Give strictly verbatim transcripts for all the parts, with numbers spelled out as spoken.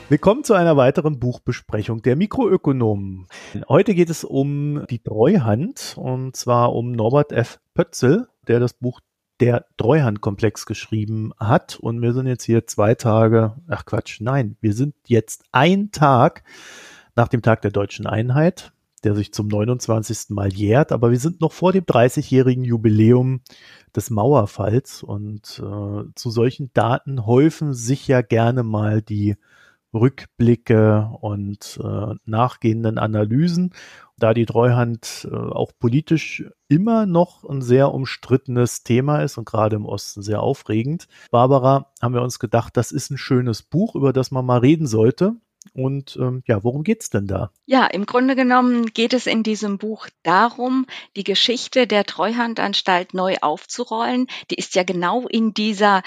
Willkommen zu einer weiteren Buchbesprechung der Mikroökonomen. Heute geht es um die Treuhand und zwar um Norbert F. Pötzl, der das Buch Der Treuhandkomplex geschrieben hat. Und wir sind jetzt hier zwei Tage, ach Quatsch, nein, wir sind jetzt ein Tag nach dem Tag der Deutschen Einheit, der sich zum neunundzwanzigsten Mal jährt, aber wir sind noch vor dem dreißigjährigen Jubiläum des Mauerfalls und äh, zu solchen Daten häufen sich ja gerne mal die Rückblicke und äh, nachgehenden Analysen. Da die Treuhand äh, auch politisch immer noch ein sehr umstrittenes Thema ist und gerade im Osten sehr aufregend. Barbara, haben wir uns gedacht, das ist ein schönes Buch, über das man mal reden sollte. Und ähm, ja, worum geht's denn da? Ja, im Grunde genommen geht es in diesem Buch darum, die Geschichte der Treuhandanstalt neu aufzurollen. Die ist ja genau in dieser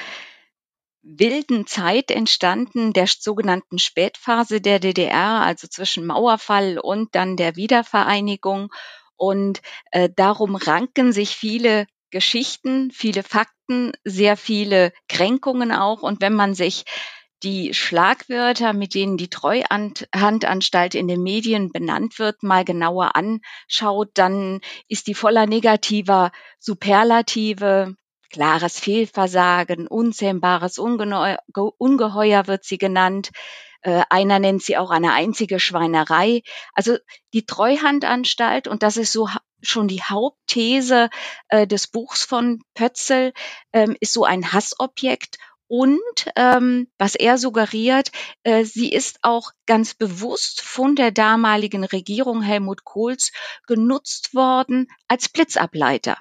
wilden Zeit entstanden, der sogenannten Spätphase der D D R, also zwischen Mauerfall und dann der Wiedervereinigung. Und äh, darum ranken sich viele Geschichten, viele Fakten, sehr viele Kränkungen auch. Und wenn man sich die Schlagwörter, mit denen die Treuhandanstalt in den Medien benannt wird, mal genauer anschaut, dann ist die voller negativer Superlative. Klares Fehlversagen, unzähmbares Ungeheuer, Ungeheuer wird sie genannt. Äh, einer nennt sie auch eine einzige Schweinerei. Also die Treuhandanstalt, und das ist so ha- schon die Hauptthese äh, des Buchs von Pötzl, ähm, ist so ein Hassobjekt. Und ähm, was er suggeriert, äh, sie ist auch ganz bewusst von der damaligen Regierung Helmut Kohls genutzt worden als Blitzableiter.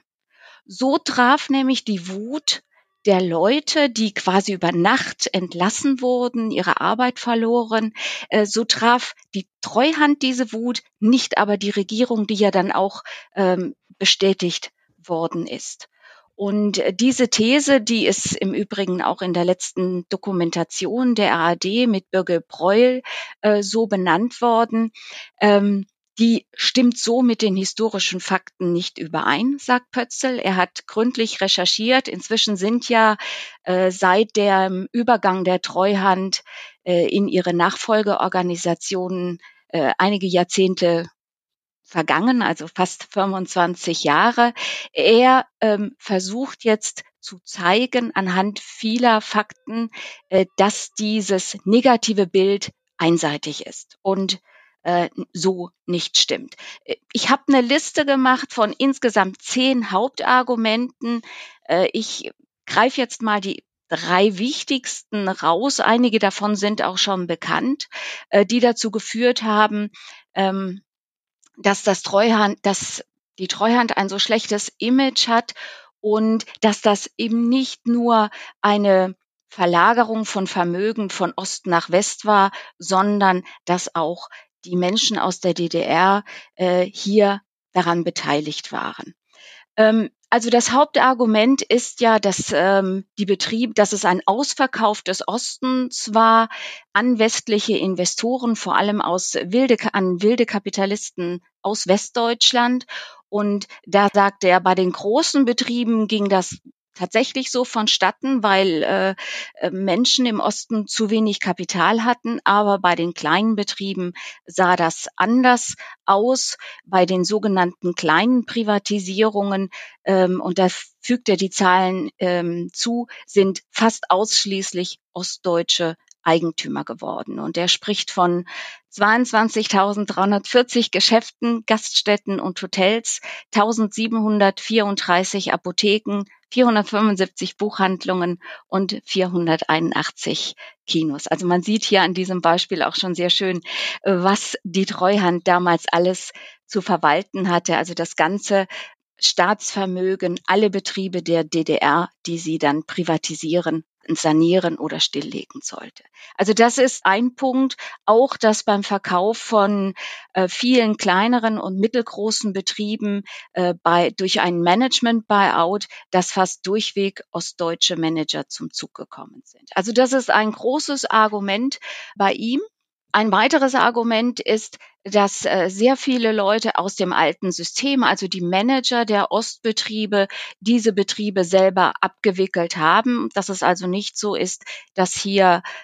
So traf nämlich die Wut der Leute, die quasi über Nacht entlassen wurden, ihre Arbeit verloren, äh, so traf die Treuhand diese Wut, nicht aber die Regierung, die ja dann auch ähm, bestätigt worden ist. Und äh, diese These, die ist im Übrigen auch in der letzten Dokumentation der A R D mit Birgit Breuel äh, so benannt worden, ähm, die stimmt so mit den historischen Fakten nicht überein, sagt Pötzl. Er hat gründlich recherchiert. Inzwischen sind ja äh, seit dem Übergang der Treuhand äh, in ihre Nachfolgeorganisationen äh, einige Jahrzehnte vergangen, also fast fünfundzwanzig Jahre. Er ähm, versucht jetzt zu zeigen anhand vieler Fakten, äh, dass dieses negative Bild einseitig ist und äh, so nicht stimmt. Ich habe eine Liste gemacht von insgesamt zehn Hauptargumenten. Äh, ich greife jetzt mal die drei wichtigsten raus. Einige davon sind auch schon bekannt, äh, die dazu geführt haben, ähm, dass das Treuhand, dass die Treuhand ein so schlechtes Image hat und dass das eben nicht nur eine Verlagerung von Vermögen von Ost nach West war, sondern dass auch die Menschen aus der D D R äh, hier daran beteiligt waren. Ähm, also das Hauptargument ist ja, dass ähm, die Betrieb, dass es ein Ausverkauf des Ostens war an westliche Investoren, vor allem aus wilde, an wilde Kapitalisten aus Westdeutschland. Und da sagte er, bei den großen Betrieben ging das tatsächlich so vonstatten, weil äh, äh, Menschen im Osten zu wenig Kapital hatten. Aber bei den kleinen Betrieben sah das anders aus. Bei den sogenannten kleinen Privatisierungen, ähm, und da fügt er die Zahlen ähm, zu, sind fast ausschließlich ostdeutsche Eigentümer geworden. Und er spricht von zweiundzwanzigtausenddreihundertvierzig Geschäften, Gaststätten und Hotels, eintausendsiebenhundertvierunddreißig Apotheken, vierhundertfünfundsiebzig Buchhandlungen und vierhunderteinundachtzig Kinos. Also man sieht hier an diesem Beispiel auch schon sehr schön, was die Treuhand damals alles zu verwalten hatte. Also das ganze Staatsvermögen, alle Betriebe der D D R, die sie dann privatisieren, sanieren oder stilllegen sollte. Also das ist ein Punkt. Auch, dass beim Verkauf von äh, vielen kleineren und mittelgroßen Betrieben äh, bei, durch einen Management-Buyout, dass fast durchweg ostdeutsche Manager zum Zug gekommen sind. Also das ist ein großes Argument bei ihm. Ein weiteres Argument ist, dass äh, sehr viele Leute aus dem alten System, also die Manager der Ostbetriebe, diese Betriebe selber abgewickelt haben, dass es also nicht so ist, dass hier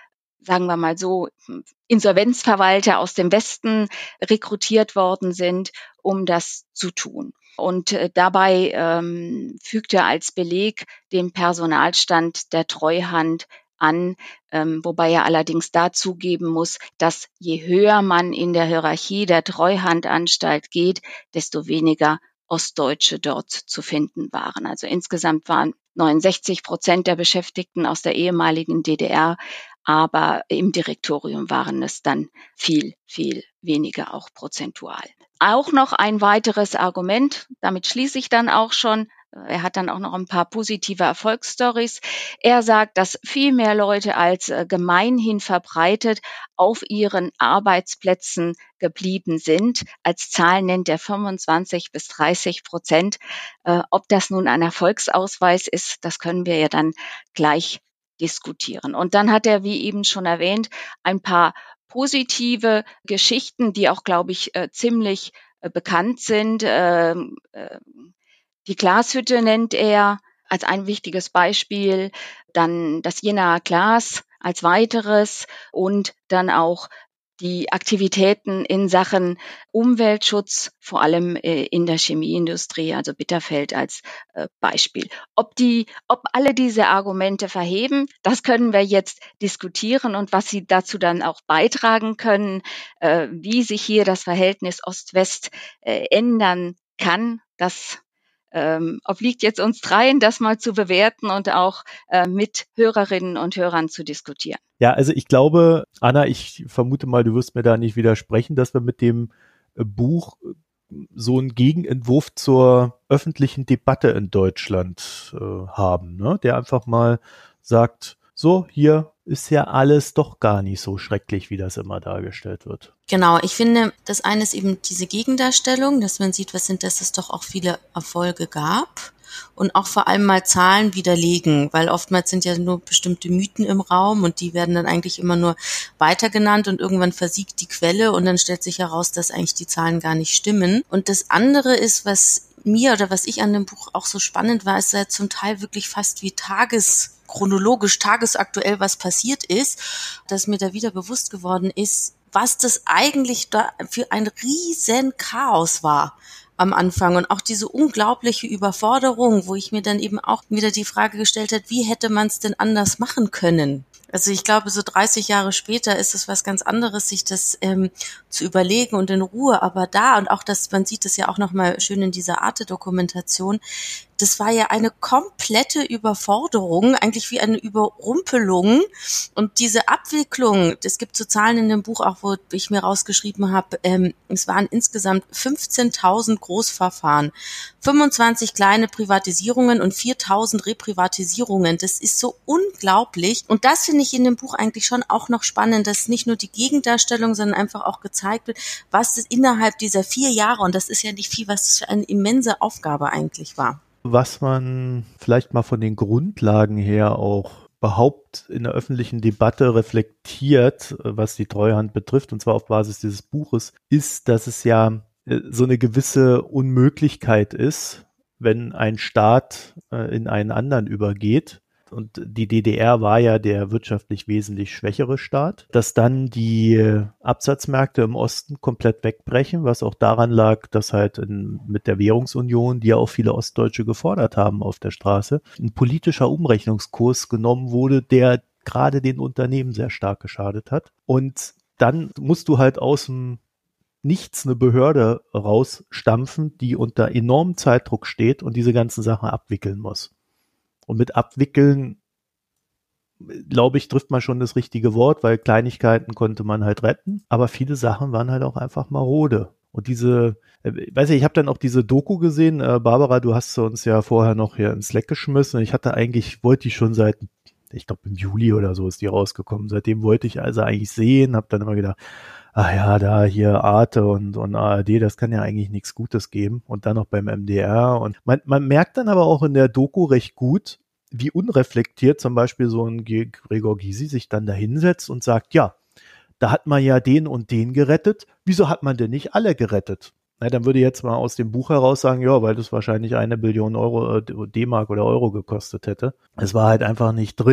sagen wir mal so, Insolvenzverwalter aus dem Westen rekrutiert worden sind, um das zu tun. Und äh, dabei ähm, fügt er als Beleg den Personalstand der Treuhand an, ähm, wobei er allerdings dazugeben muss, dass je höher man in der Hierarchie der Treuhandanstalt geht, desto weniger Ostdeutsche dort zu finden waren. Also insgesamt waren neunundsechzig Prozent der Beschäftigten aus der ehemaligen D D R, aber im Direktorium waren es dann viel, viel weniger, auch prozentual. Auch noch ein weiteres Argument, damit schließe ich dann auch schon. Er hat dann auch noch ein paar positive Erfolgsstories. Er sagt, dass viel mehr Leute als gemeinhin verbreitet auf ihren Arbeitsplätzen geblieben sind. Als Zahl nennt er fünfundzwanzig bis dreißig Prozent. Äh, ob das nun ein Erfolgsausweis ist, das können wir ja dann gleich diskutieren. Und dann hat er, wie eben schon erwähnt, ein paar positive Geschichten, die auch, glaube ich, äh, ziemlich äh, bekannt sind. Ähm, äh, die Glashütte nennt er als ein wichtiges Beispiel, dann das Jenaer Glas als weiteres und dann auch die Aktivitäten in Sachen Umweltschutz, vor allem äh, in der Chemieindustrie, also Bitterfeld als äh, Beispiel. Ob die, ob alle diese Argumente verheben, das können wir jetzt diskutieren und was sie dazu dann auch beitragen können, äh, wie sich hier das Verhältnis Ost-West äh, ändern kann, das ähm, obliegt jetzt uns dreien, das mal zu bewerten und auch äh, mit Hörerinnen und Hörern zu diskutieren. Ja, also ich glaube, Anna, ich vermute mal, du wirst mir da nicht widersprechen, dass wir mit dem äh, Buch so einen Gegenentwurf zur öffentlichen Debatte in Deutschland äh, haben, ne? Der einfach mal sagt, so, hier ist ja alles doch gar nicht so schrecklich, wie das immer dargestellt wird. Genau, ich finde, das eine ist eben diese Gegendarstellung, dass man sieht, was sind, dass es doch auch viele Erfolge gab. Und auch vor allem mal Zahlen widerlegen, weil oftmals sind ja nur bestimmte Mythen im Raum und die werden dann eigentlich immer nur weiter genannt und irgendwann versiegt die Quelle und dann stellt sich heraus, dass eigentlich die Zahlen gar nicht stimmen. Und das andere ist, was mir oder was ich an dem Buch auch so spannend war, ist ja zum Teil wirklich fast wie Tages chronologisch, tagesaktuell was passiert ist, dass mir da wieder bewusst geworden ist, was das eigentlich da für ein riesen Chaos war am Anfang und auch diese unglaubliche Überforderung, wo ich mir dann eben auch wieder die Frage gestellt habe, wie hätte man es denn anders machen können? Also ich glaube, so dreißig Jahre später ist es was ganz anderes, sich das ähm, zu überlegen und in Ruhe. Aber da und auch das, man sieht es ja auch nochmal schön in dieser Arte-Dokumentation, das war ja eine komplette Überforderung, eigentlich wie eine Überrumpelung. Und diese Abwicklung, es gibt so Zahlen in dem Buch auch, wo ich mir rausgeschrieben habe, ähm, es waren insgesamt fünfzehntausend Großverfahren, fünfundzwanzig kleine Privatisierungen und viertausend Reprivatisierungen. Das ist so unglaublich. Und das finde ich in dem Buch eigentlich schon auch noch spannend, dass nicht nur die Gegendarstellung, sondern einfach auch gezeigt wird, was das innerhalb dieser vier Jahre, und das ist ja nicht viel, was das für eine immense Aufgabe eigentlich war. Was man vielleicht mal von den Grundlagen her auch überhaupt in der öffentlichen Debatte reflektiert, was die Treuhand betrifft, und zwar auf Basis dieses Buches, ist, dass es ja so eine gewisse Unmöglichkeit ist, wenn ein Staat in einen anderen übergeht. Und die D D R war ja der wirtschaftlich wesentlich schwächere Staat, dass dann die Absatzmärkte im Osten komplett wegbrechen, was auch daran lag, dass halt in, mit der Währungsunion, die ja auch viele Ostdeutsche gefordert haben auf der Straße, ein politischer Umrechnungskurs genommen wurde, der gerade den Unternehmen sehr stark geschadet hat. Und dann musst du halt aus dem Nichts eine Behörde rausstampfen, die unter enormem Zeitdruck steht und diese ganzen Sachen abwickeln muss. Und mit abwickeln, glaube ich, trifft man schon das richtige Wort, weil Kleinigkeiten konnte man halt retten, aber viele Sachen waren halt auch einfach marode. Und diese, äh, weiß ich, ich habe dann auch diese Doku gesehen, äh, Barbara, du hast uns ja vorher noch hier ins Slack geschmissen. Ich hatte eigentlich, wollte die schon seit, ich glaube im Juli oder so ist die rausgekommen. Seitdem wollte ich also eigentlich sehen, habe dann immer gedacht, ach ja, da hier Arte und, und A R D, das kann ja eigentlich nichts Gutes geben. Und dann noch beim M D R. Und man, man merkt dann aber auch in der Doku recht gut, wie unreflektiert zum Beispiel so ein Gregor Gysi sich dann da hinsetzt und sagt, ja, da hat man ja den und den gerettet. Wieso hat man denn nicht alle gerettet? Na, dann würde ich jetzt mal aus dem Buch heraus sagen, ja, weil das wahrscheinlich eine Billion Euro, D-Mark oder Euro gekostet hätte. Es war halt einfach nicht drin.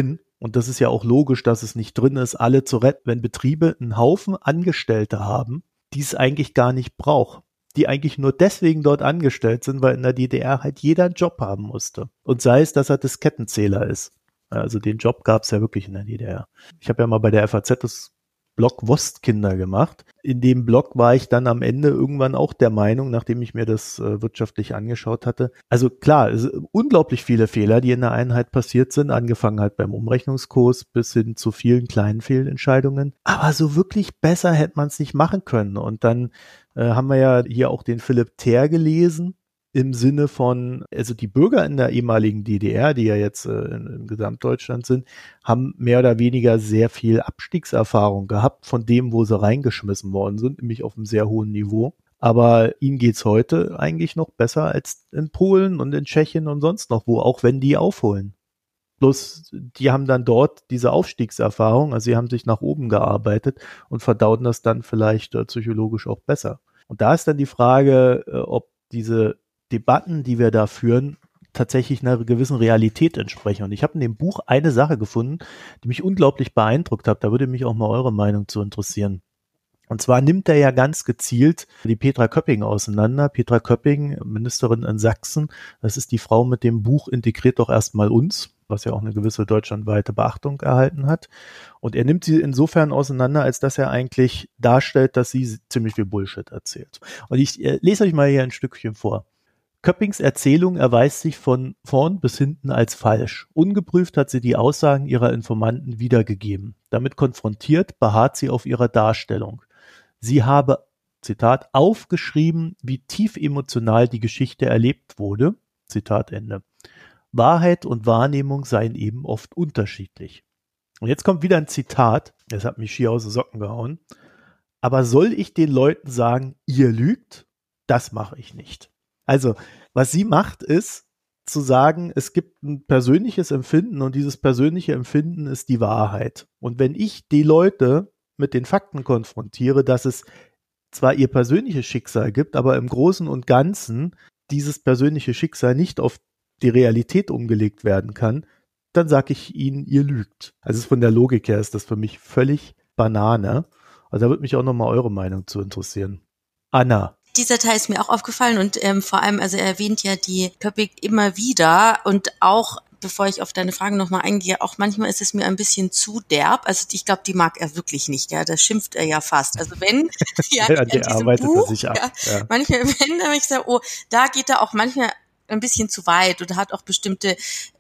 Und das ist ja auch logisch, dass es nicht drin ist, alle zu retten, wenn Betriebe einen Haufen Angestellte haben, die es eigentlich gar nicht braucht, die eigentlich nur deswegen dort angestellt sind, weil in der D D R halt jeder einen Job haben musste. Und sei es, dass er Diskettenzähler ist. Also den Job gab es ja wirklich in der D D R. Ich habe ja mal bei der F A Z das Blog Wurstkinder gemacht. In dem Blog war ich dann am Ende irgendwann auch der Meinung, nachdem ich mir das äh, wirtschaftlich angeschaut hatte. Also klar, es sind unglaublich viele Fehler, die in der Einheit passiert sind, angefangen halt beim Umrechnungskurs bis hin zu vielen kleinen Fehlentscheidungen. Aber so wirklich besser hätte man es nicht machen können. Und dann äh, haben wir ja hier auch den Philipp Thaer gelesen, im Sinne von, also die Bürger in der ehemaligen D D R, die ja jetzt äh, in, in Gesamtdeutschland sind, haben mehr oder weniger sehr viel Abstiegserfahrung gehabt von dem, wo sie reingeschmissen worden sind, nämlich auf einem sehr hohen Niveau. Aber ihnen geht's heute eigentlich noch besser als in Polen und in Tschechien und sonst noch wo, auch wenn die aufholen. Bloß, die haben dann dort diese Aufstiegserfahrung, also sie haben sich nach oben gearbeitet und verdauen das dann vielleicht äh, psychologisch auch besser. Und da ist dann die Frage, äh, ob diese Debatten, die wir da führen, tatsächlich einer gewissen Realität entsprechen. Und ich habe in dem Buch eine Sache gefunden, die mich unglaublich beeindruckt hat. Da würde mich auch mal eure Meinung zu interessieren. Und zwar nimmt er ja ganz gezielt die Petra Köpping auseinander. Petra Köpping, Ministerin in Sachsen, das ist die Frau mit dem Buch Integriert doch erstmal uns, was ja auch eine gewisse deutschlandweite Beachtung erhalten hat. Und er nimmt sie insofern auseinander, als dass er eigentlich darstellt, dass sie ziemlich viel Bullshit erzählt. Und ich äh, lese euch mal hier ein Stückchen vor. Köppings Erzählung erweist sich von vorn bis hinten als falsch. Ungeprüft hat sie die Aussagen ihrer Informanten wiedergegeben. Damit konfrontiert, beharrt sie auf ihrer Darstellung. Sie habe, Zitat, aufgeschrieben, wie tief emotional die Geschichte erlebt wurde. Zitat Ende. Wahrheit und Wahrnehmung seien eben oft unterschiedlich. Und jetzt kommt wieder ein Zitat, das hat mich schier aus den Socken gehauen. Aber soll ich den Leuten sagen, ihr lügt? Das mache ich nicht. Also, was sie macht, ist zu sagen, es gibt ein persönliches Empfinden und dieses persönliche Empfinden ist die Wahrheit. Und wenn ich die Leute mit den Fakten konfrontiere, dass es zwar ihr persönliches Schicksal gibt, aber im Großen und Ganzen dieses persönliche Schicksal nicht auf die Realität umgelegt werden kann, dann sage ich ihnen, ihr lügt. Also von der Logik her ist das für mich völlig Banane. Also da würde mich auch nochmal eure Meinung zu interessieren. Anna. Dieser Teil ist mir auch aufgefallen und ähm, vor allem, also er erwähnt ja die Köpping immer wieder und auch, bevor ich auf deine Fragen nochmal eingehe, auch manchmal ist es mir ein bisschen zu derb. Also ich glaube, die mag er wirklich nicht, ja, da schimpft er ja fast. Also wenn, ja, ja in der diesem arbeitet Buch, er sich ab. Ja, ja. manchmal, wenn er mich sagt, oh, da geht er auch manchmal ein bisschen zu weit und hat auch bestimmte,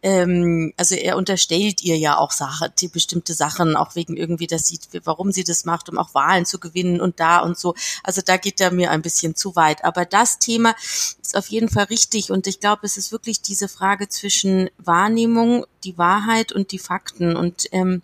ähm, also er unterstellt ihr ja auch Sachen, die bestimmte Sachen, auch wegen irgendwie, dass sie, warum sie das macht, um auch Wahlen zu gewinnen und da und so. Also da geht er mir ein bisschen zu weit. Aber das Thema ist auf jeden Fall richtig und ich glaube, es ist wirklich diese Frage zwischen Wahrnehmung, die Wahrheit und die Fakten und ähm,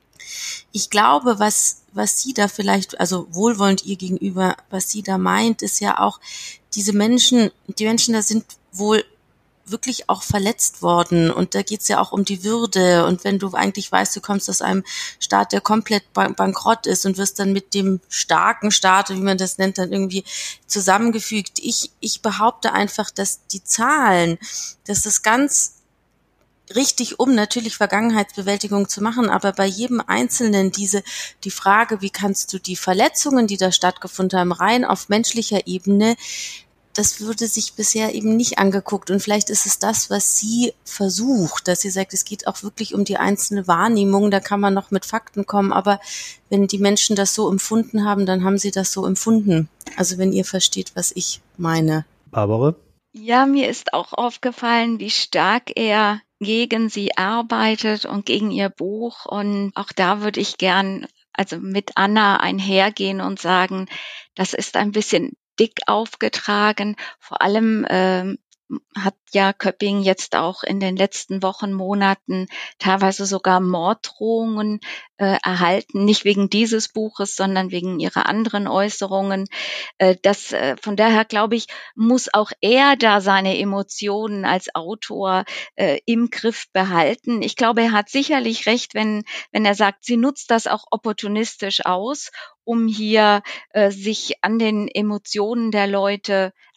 ich glaube, was was sie da vielleicht, also wohlwollend ihr gegenüber, was sie da meint, ist ja auch, diese Menschen, die Menschen da sind wohl wirklich auch verletzt worden und da geht's ja auch um die Würde und wenn du eigentlich weißt, du kommst aus einem Staat, der komplett bankrott ist und wirst dann mit dem starken Staat, wie man das nennt, dann irgendwie zusammengefügt. Ich, ich behaupte einfach, dass die Zahlen, dass das ganz richtig, um natürlich Vergangenheitsbewältigung zu machen, aber bei jedem Einzelnen diese, die Frage, wie kannst du die Verletzungen, die da stattgefunden haben, rein auf menschlicher Ebene, das würde sich bisher eben nicht angeguckt und vielleicht ist es das, was sie versucht, dass sie sagt, es geht auch wirklich um die einzelne Wahrnehmung, da kann man noch mit Fakten kommen, aber wenn die Menschen das so empfunden haben, dann haben sie das so empfunden. Also wenn ihr versteht, was ich meine. Barbara? Ja, mir ist auch aufgefallen, wie stark er gegen sie arbeitet und gegen ihr Buch. Und auch da würde ich gern, also mit Anna einhergehen und sagen, das ist ein bisschen dick aufgetragen. Vor allem ähm, hat ja Köpping jetzt auch in den letzten Wochen, Monaten teilweise sogar Morddrohungen äh, erhalten, nicht wegen dieses Buches, sondern wegen ihrer anderen Äußerungen. Äh, das, äh, von daher glaube ich, muss auch er da seine Emotionen als Autor äh, im Griff behalten. Ich glaube, er hat sicherlich recht, wenn, wenn er sagt, sie nutzt das auch opportunistisch aus, um hier äh, sich an den Emotionen der Leute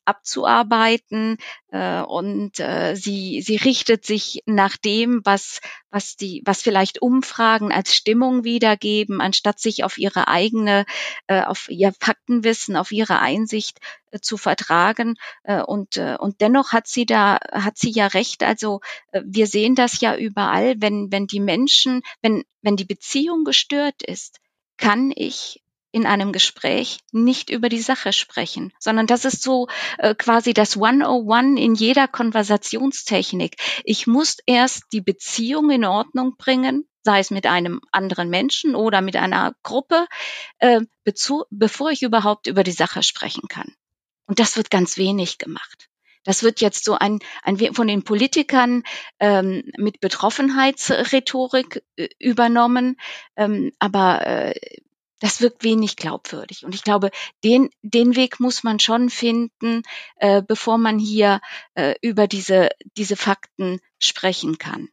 abzuarbeiten, äh, und äh, sie sie richtet sich nach dem, was was die was vielleicht Umfragen als Stimmung wiedergeben, anstatt sich auf ihre eigene äh, auf ihr Faktenwissen, auf ihre Einsicht äh, zu vertragen. Äh, und äh, und dennoch hat sie da hat sie ja recht. Also äh, wir sehen das ja überall, wenn wenn die Menschen, wenn wenn die Beziehung gestört ist, kann ich in einem Gespräch nicht über die Sache sprechen, sondern das ist so äh, quasi das hundertundeins in jeder Konversationstechnik. Ich muss erst die Beziehung in Ordnung bringen, sei es mit einem anderen Menschen oder mit einer Gruppe, äh, bezu- bevor ich überhaupt über die Sache sprechen kann. Und das wird ganz wenig gemacht. Das wird jetzt so ein, ein we- von den Politikern ähm, mit Betroffenheitsrhetorik äh, übernommen, ähm, aber äh, das wirkt wenig glaubwürdig. Und ich glaube, den, den Weg muss man schon finden, äh, bevor man hier äh, über diese, diese Fakten sprechen kann.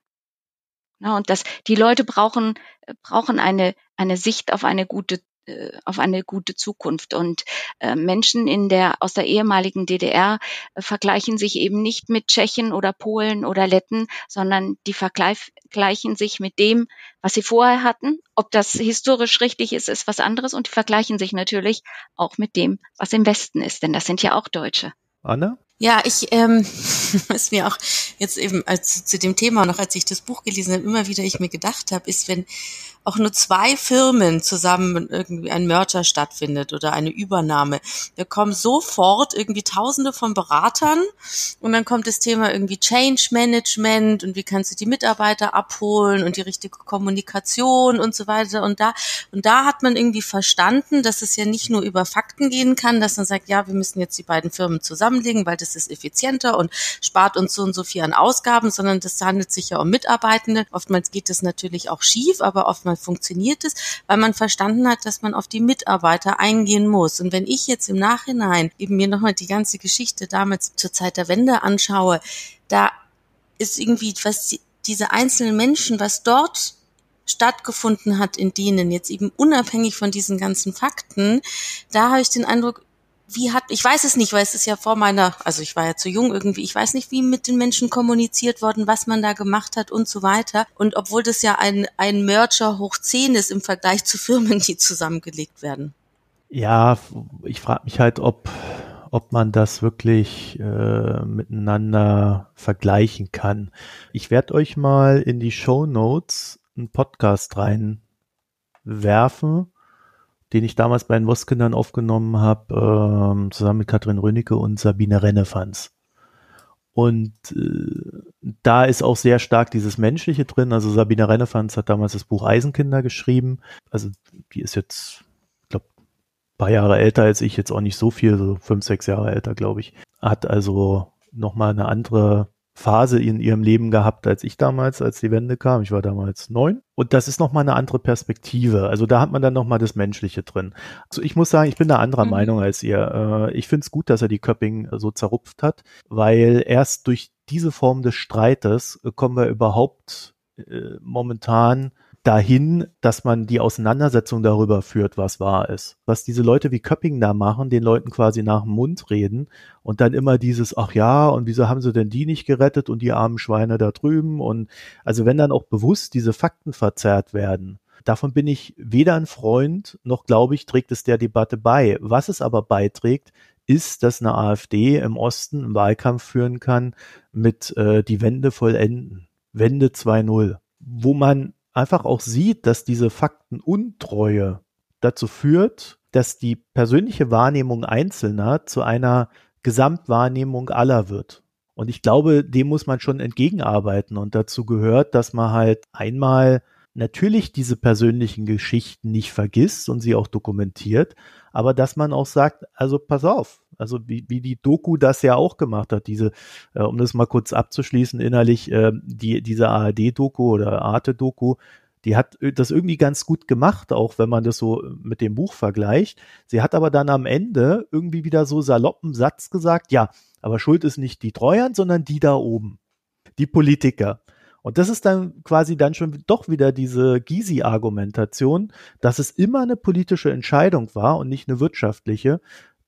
Na, und das, die Leute brauchen, äh, brauchen eine, eine Sicht auf eine gute, äh, auf eine gute Zukunft. Und äh, Menschen in der, aus der ehemaligen D D R äh, vergleichen sich eben nicht mit Tschechen oder Polen oder Letten, sondern die vergleichen sich mit dem, was sie vorher hatten. Ob das historisch richtig ist, ist was anderes. Und die vergleichen sich natürlich auch mit dem, was im Westen ist, denn das sind ja auch Deutsche. Anna? Ja, ich, ähm, was mir auch jetzt eben als zu dem Thema noch, als ich das Buch gelesen habe, immer wieder ich mir gedacht habe, ist, wenn auch nur zwei Firmen zusammen irgendwie ein Merger stattfindet oder eine Übernahme, da kommen sofort irgendwie Tausende von Beratern und dann kommt das Thema irgendwie Change Management und wie kannst du die Mitarbeiter abholen und die richtige Kommunikation und so weiter und da und da hat man irgendwie verstanden, dass es ja nicht nur über Fakten gehen kann, dass man sagt, ja, wir müssen jetzt die beiden Firmen zusammenlegen, weil das ist effizienter und spart uns so und so viel an Ausgaben, sondern das handelt sich ja um Mitarbeitende. Oftmals geht das natürlich auch schief, aber oftmals funktioniert es, weil man verstanden hat, dass man auf die Mitarbeiter eingehen muss. Und wenn ich jetzt im Nachhinein eben mir nochmal die ganze Geschichte damals zur Zeit der Wende anschaue, da ist irgendwie, was die, diese einzelnen Menschen, was dort stattgefunden hat in denen, jetzt eben unabhängig von diesen ganzen Fakten, da habe ich den Eindruck, wie hat, ich weiß es nicht, weil es ist ja vor meiner, also ich war ja zu jung irgendwie, ich weiß nicht, wie mit den Menschen kommuniziert worden, was man da gemacht hat und so weiter. Und obwohl das ja ein, ein Merger hoch zehn ist im Vergleich zu Firmen, die zusammengelegt werden. Ja, ich frage mich halt, ob, ob man das wirklich äh, miteinander vergleichen kann. Ich werde euch mal in die Shownotes einen Podcast reinwerfen, den ich damals bei den Wosskindern aufgenommen habe, ähm, zusammen mit Katrin Rönicke und Sabine Rennefanz. Und äh, da ist auch sehr stark dieses Menschliche drin. Also Sabine Rennefanz hat damals das Buch Eisenkinder geschrieben. Also die ist jetzt, ich glaube, ein paar Jahre älter als ich, jetzt auch nicht so viel, so fünf, sechs Jahre älter, glaube ich. Hat also nochmal eine andere Phase in ihrem Leben gehabt als ich damals, als die Wende kam. Ich war damals neun. Und das ist nochmal eine andere Perspektive. Also da hat man dann nochmal das Menschliche drin. Also ich muss sagen, ich bin da anderer mhm. Meinung als ihr. Ich finde es gut, dass er die Köpping so zerrupft hat, weil erst durch diese Form des Streites kommen wir überhaupt äh, momentan dahin, dass man die Auseinandersetzung darüber führt, was wahr ist. Was diese Leute wie Köpping da machen, den Leuten quasi nach dem Mund reden und dann immer dieses, ach ja, und wieso haben sie denn die nicht gerettet und die armen Schweine da drüben? Und also wenn dann auch bewusst diese Fakten verzerrt werden, davon bin ich weder ein Freund, noch glaube ich, trägt es der Debatte bei. Was es aber beiträgt, ist, dass eine AfD im Osten einen Wahlkampf führen kann mit äh, die Wende vollenden. Wende zwei null. Wo man einfach auch sieht, dass diese Faktenuntreue dazu führt, dass die persönliche Wahrnehmung Einzelner zu einer Gesamtwahrnehmung aller wird. Und ich glaube, dem muss man schon entgegenarbeiten. Und dazu gehört, dass man halt einmal natürlich diese persönlichen Geschichten nicht vergisst und sie auch dokumentiert, aber dass man auch sagt, also pass auf, also wie, wie die Doku das ja auch gemacht hat, diese, äh, um das mal kurz abzuschließen innerlich, äh, die, diese A R D-Doku oder Arte-Doku, die hat das irgendwie ganz gut gemacht, auch wenn man das so mit dem Buch vergleicht. Sie hat aber dann am Ende irgendwie wieder so saloppen Satz gesagt, ja, aber schuld ist nicht die Treuhand, sondern die da oben, die Politiker. Und das ist dann quasi dann schon doch wieder diese Gysi-Argumentation, dass es immer eine politische Entscheidung war und nicht eine wirtschaftliche,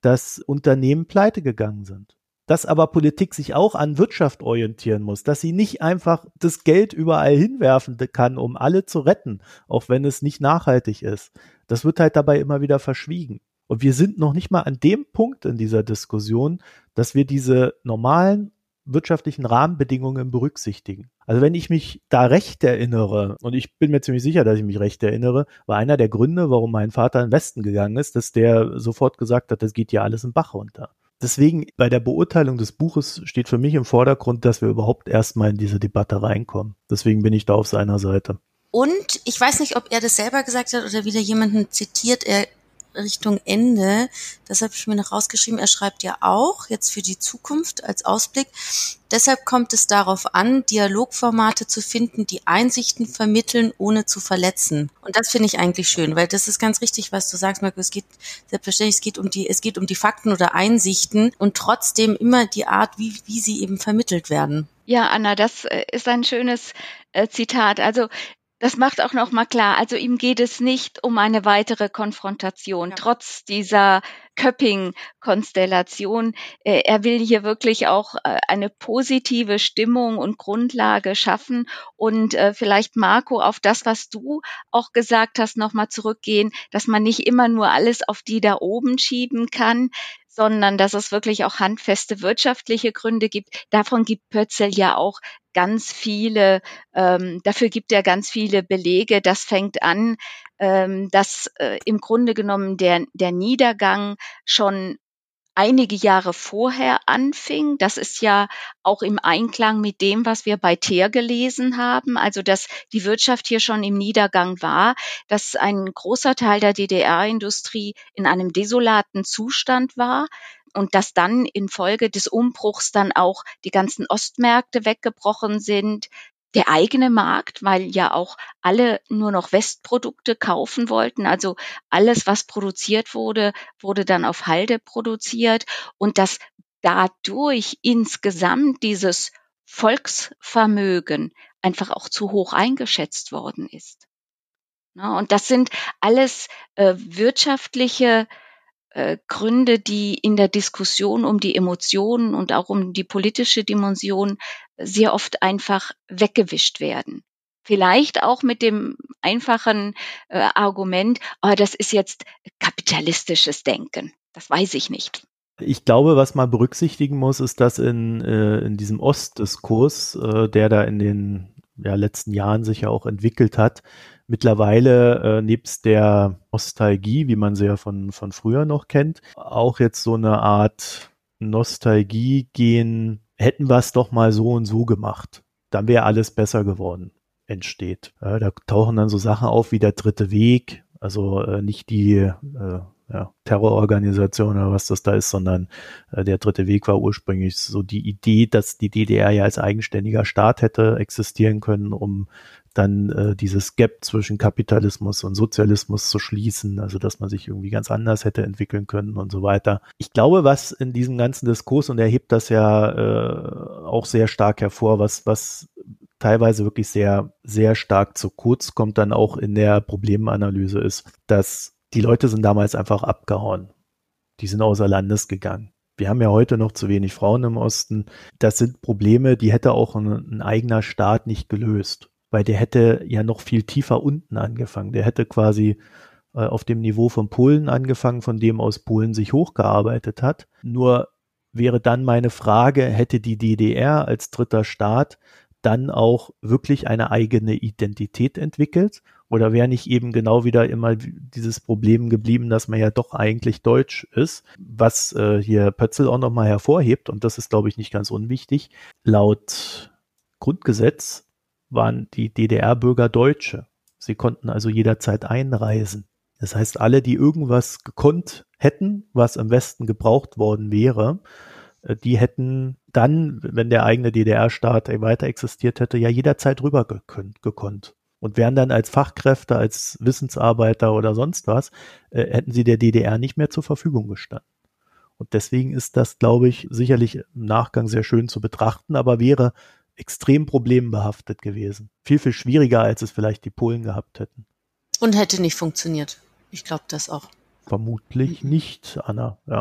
dass Unternehmen pleite gegangen sind. Dass aber Politik sich auch an Wirtschaft orientieren muss, dass sie nicht einfach das Geld überall hinwerfen kann, um alle zu retten, auch wenn es nicht nachhaltig ist. Das wird halt dabei immer wieder verschwiegen. Und wir sind noch nicht mal an dem Punkt in dieser Diskussion, dass wir diese normalen wirtschaftlichen Rahmenbedingungen berücksichtigen. Also wenn ich mich da recht erinnere, und ich bin mir ziemlich sicher, dass ich mich recht erinnere, war einer der Gründe, warum mein Vater in den Westen gegangen ist, dass der sofort gesagt hat, das geht ja alles im Bach runter. Deswegen bei der Beurteilung des Buches steht für mich im Vordergrund, dass wir überhaupt erstmal in diese Debatte reinkommen. Deswegen bin ich da auf seiner Seite. Und ich weiß nicht, ob er das selber gesagt hat oder wieder jemanden zitiert, er Richtung Ende, deshalb habe ich mir noch rausgeschrieben, er schreibt ja auch, jetzt für die Zukunft als Ausblick, deshalb kommt es darauf an, Dialogformate zu finden, die Einsichten vermitteln, ohne zu verletzen. Und das finde ich eigentlich schön, weil das ist ganz richtig, was du sagst, Marco, es geht selbstverständlich, es geht um die, es geht um die Fakten oder Einsichten und trotzdem immer die Art, wie, wie sie eben vermittelt werden. Ja, Anna, das ist ein schönes äh, Zitat. Also das macht auch noch mal klar, also ihm geht es nicht um eine weitere Konfrontation, ja. Trotz dieser Köpping-Konstellation. Äh, er will hier wirklich auch äh, eine positive Stimmung und Grundlage schaffen und äh, vielleicht, Marco, auf das, was du auch gesagt hast, noch mal zurückgehen, dass man nicht immer nur alles auf die da oben schieben kann, sondern dass es wirklich auch handfeste wirtschaftliche Gründe gibt. Davon gibt Pötzl ja auch ganz viele, ähm, dafür gibt er ganz viele Belege. Das fängt an, ähm, dass äh, im Grunde genommen der, der Niedergang schon einige Jahre vorher anfing. Das ist ja auch im Einklang mit dem, was wir bei Teer gelesen haben. Also, dass die Wirtschaft hier schon im Niedergang war, dass ein großer Teil der D D R-Industrie in einem desolaten Zustand war. Und dass dann infolge des Umbruchs dann auch die ganzen Ostmärkte weggebrochen sind, der eigene Markt, weil ja auch alle nur noch Westprodukte kaufen wollten. Also alles, was produziert wurde, wurde dann auf Halde produziert und dass dadurch insgesamt dieses Volksvermögen einfach auch zu hoch eingeschätzt worden ist. Und das sind alles äh, wirtschaftliche Äh, Gründe, die in der Diskussion um die Emotionen und auch um die politische Dimension sehr oft einfach weggewischt werden. Vielleicht auch mit dem einfachen äh, Argument, oh, das ist jetzt kapitalistisches Denken. Das weiß ich nicht. Ich glaube, was man berücksichtigen muss, ist, dass in, äh, in diesem Ostdiskurs, äh, der da in den ja, letzten Jahren sich ja auch entwickelt hat, mittlerweile äh, nebst der Nostalgie, wie man sie ja von, von früher noch kennt, auch jetzt so eine Art Nostalgie gehen, hätten wir es doch mal so und so gemacht, dann wäre alles besser geworden, entsteht. Ja, da tauchen dann so Sachen auf wie der dritte Weg, also äh, nicht die äh, ja, Terrororganisation oder was das da ist, sondern äh, der dritte Weg war ursprünglich so die Idee, dass die D D R ja als eigenständiger Staat hätte existieren können, um dann äh, dieses Gap zwischen Kapitalismus und Sozialismus zu schließen, also dass man sich irgendwie ganz anders hätte entwickeln können und so weiter. Ich glaube, was in diesem ganzen Diskurs, und er hebt das ja äh, auch sehr stark hervor, was, was teilweise wirklich sehr, sehr stark zu kurz kommt, dann auch in der Problemanalyse ist, dass die Leute sind damals einfach abgehauen. Die sind außer Landes gegangen. Wir haben ja heute noch zu wenig Frauen im Osten. Das sind Probleme, die hätte auch ein, ein eigener Staat nicht gelöst, weil der hätte ja noch viel tiefer unten angefangen. Der hätte quasi äh, auf dem Niveau von Polen angefangen, von dem aus Polen sich hochgearbeitet hat. Nur wäre dann meine Frage, hätte die D D R als dritter Staat dann auch wirklich eine eigene Identität entwickelt? Oder wäre nicht eben genau wieder immer dieses Problem geblieben, dass man ja doch eigentlich deutsch ist, was äh, hier Pötzl auch nochmal hervorhebt, und das ist, glaube ich, nicht ganz unwichtig. Laut Grundgesetz waren die D D R-Bürger Deutsche. Sie konnten also jederzeit einreisen. Das heißt, alle, die irgendwas gekonnt hätten, was im Westen gebraucht worden wäre, äh, die hätten dann, wenn der eigene D D R-Staat weiter existiert hätte, ja jederzeit rüber gekönnt, gekonnt. Und wären dann als Fachkräfte, als Wissensarbeiter oder sonst was, äh, hätten sie der D D R nicht mehr zur Verfügung gestanden. Und deswegen ist das, glaube ich, sicherlich im Nachgang sehr schön zu betrachten, aber wäre extrem problembehaftet gewesen. Viel, viel schwieriger, als es vielleicht die Polen gehabt hätten. Und hätte nicht funktioniert. Ich glaube das auch. Vermutlich nicht, Anna, ja.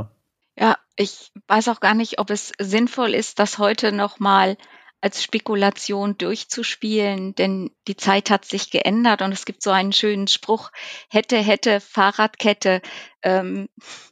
Ja, ich weiß auch gar nicht, ob es sinnvoll ist, das heute noch mal als Spekulation durchzuspielen, denn die Zeit hat sich geändert und es gibt so einen schönen Spruch: „Hätte, hätte, Fahrradkette." Ähm,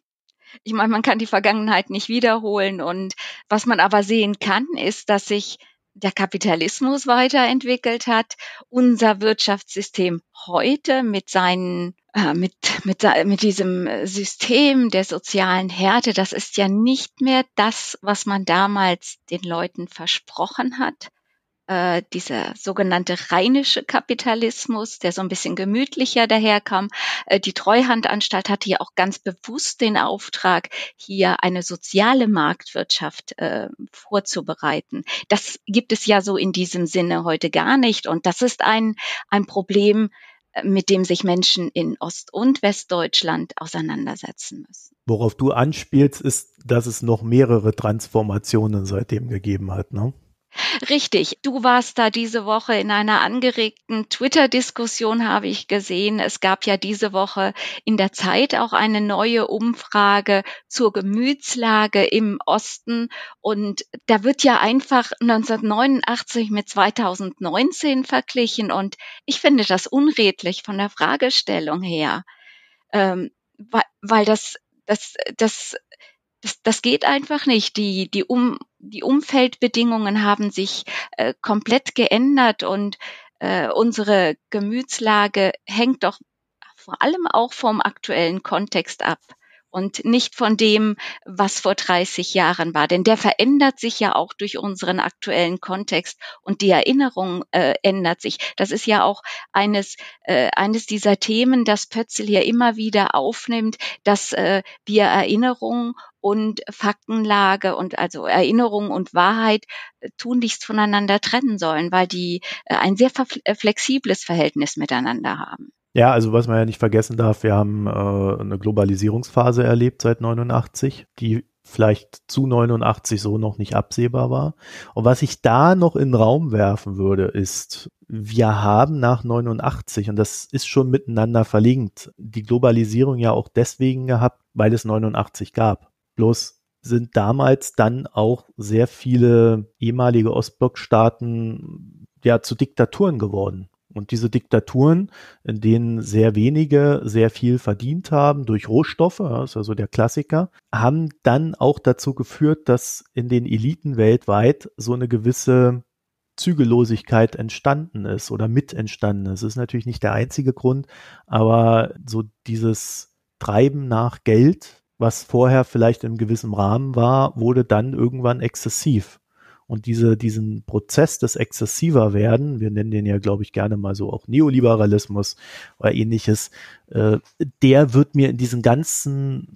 ich meine, man kann die Vergangenheit nicht wiederholen und was man aber sehen kann, ist, dass sich der Kapitalismus weiterentwickelt hat, unser Wirtschaftssystem heute mit seinen äh, mit mit sei mit diesem äh, System der sozialen Härte, das ist ja nicht mehr das, was man damals den Leuten versprochen hat. Äh, dieser sogenannte rheinische Kapitalismus, der so ein bisschen gemütlicher daherkam. Äh, die Treuhandanstalt hatte ja auch ganz bewusst den Auftrag, hier eine soziale Marktwirtschaft, äh, vorzubereiten. Das gibt es ja so in diesem Sinne heute gar nicht und das ist ein ein Problem, äh, mit dem sich Menschen in Ost und Westdeutschland auseinandersetzen müssen. Worauf du anspielst, ist, dass es noch mehrere Transformationen seitdem gegeben hat, ne? Richtig. Du warst da diese Woche in einer angeregten Twitter-Diskussion, habe ich gesehen. Es gab ja diese Woche in der Zeit auch eine neue Umfrage zur Gemütslage im Osten. Und da wird ja einfach neunzehnhundertneunundachtzig mit zweitausendneunzehn verglichen. Und ich finde das unredlich von der Fragestellung her, ähm, weil, weil das, das, das das das geht einfach nicht. Die die um die Umfeldbedingungen haben sich, äh, komplett geändert und, äh, unsere Gemütslage hängt doch vor allem auch vom aktuellen Kontext ab und nicht von dem, was vor dreißig Jahren war. Denn der verändert sich ja auch durch unseren aktuellen Kontext und die Erinnerung, äh, ändert sich. Das ist ja auch eines äh, eines dieser Themen, das Pötzl hier immer wieder aufnimmt, dass, äh, wir Erinnerung und Faktenlage und also Erinnerung und Wahrheit äh, tunlichst voneinander trennen sollen, weil die äh, ein sehr verf äh, flexibles Verhältnis miteinander haben. Ja, also was man ja nicht vergessen darf, wir haben äh, eine Globalisierungsphase erlebt seit neunundachtzig, die vielleicht zu neunundachtzig so noch nicht absehbar war. Und was ich da noch in den Raum werfen würde, ist, wir haben nach neunundachtzig, und das ist schon miteinander verlinkt, die Globalisierung ja auch deswegen gehabt, weil es neunundachtzig gab. Bloß sind damals dann auch sehr viele ehemalige Ostblockstaaten ja zu Diktaturen geworden. Und diese Diktaturen, in denen sehr wenige sehr viel verdient haben durch Rohstoffe, das ist ja so der Klassiker, haben dann auch dazu geführt, dass in den Eliten weltweit so eine gewisse Zügellosigkeit entstanden ist oder mit entstanden ist. Das ist natürlich nicht der einzige Grund, aber so dieses Treiben nach Geld, was vorher vielleicht in gewissem Rahmen war, wurde dann irgendwann exzessiv. Und diese, diesen Prozess des exzessiver werden, wir nennen den ja, glaube ich, gerne mal so auch Neoliberalismus oder ähnliches, äh, der wird mir in diesen ganzen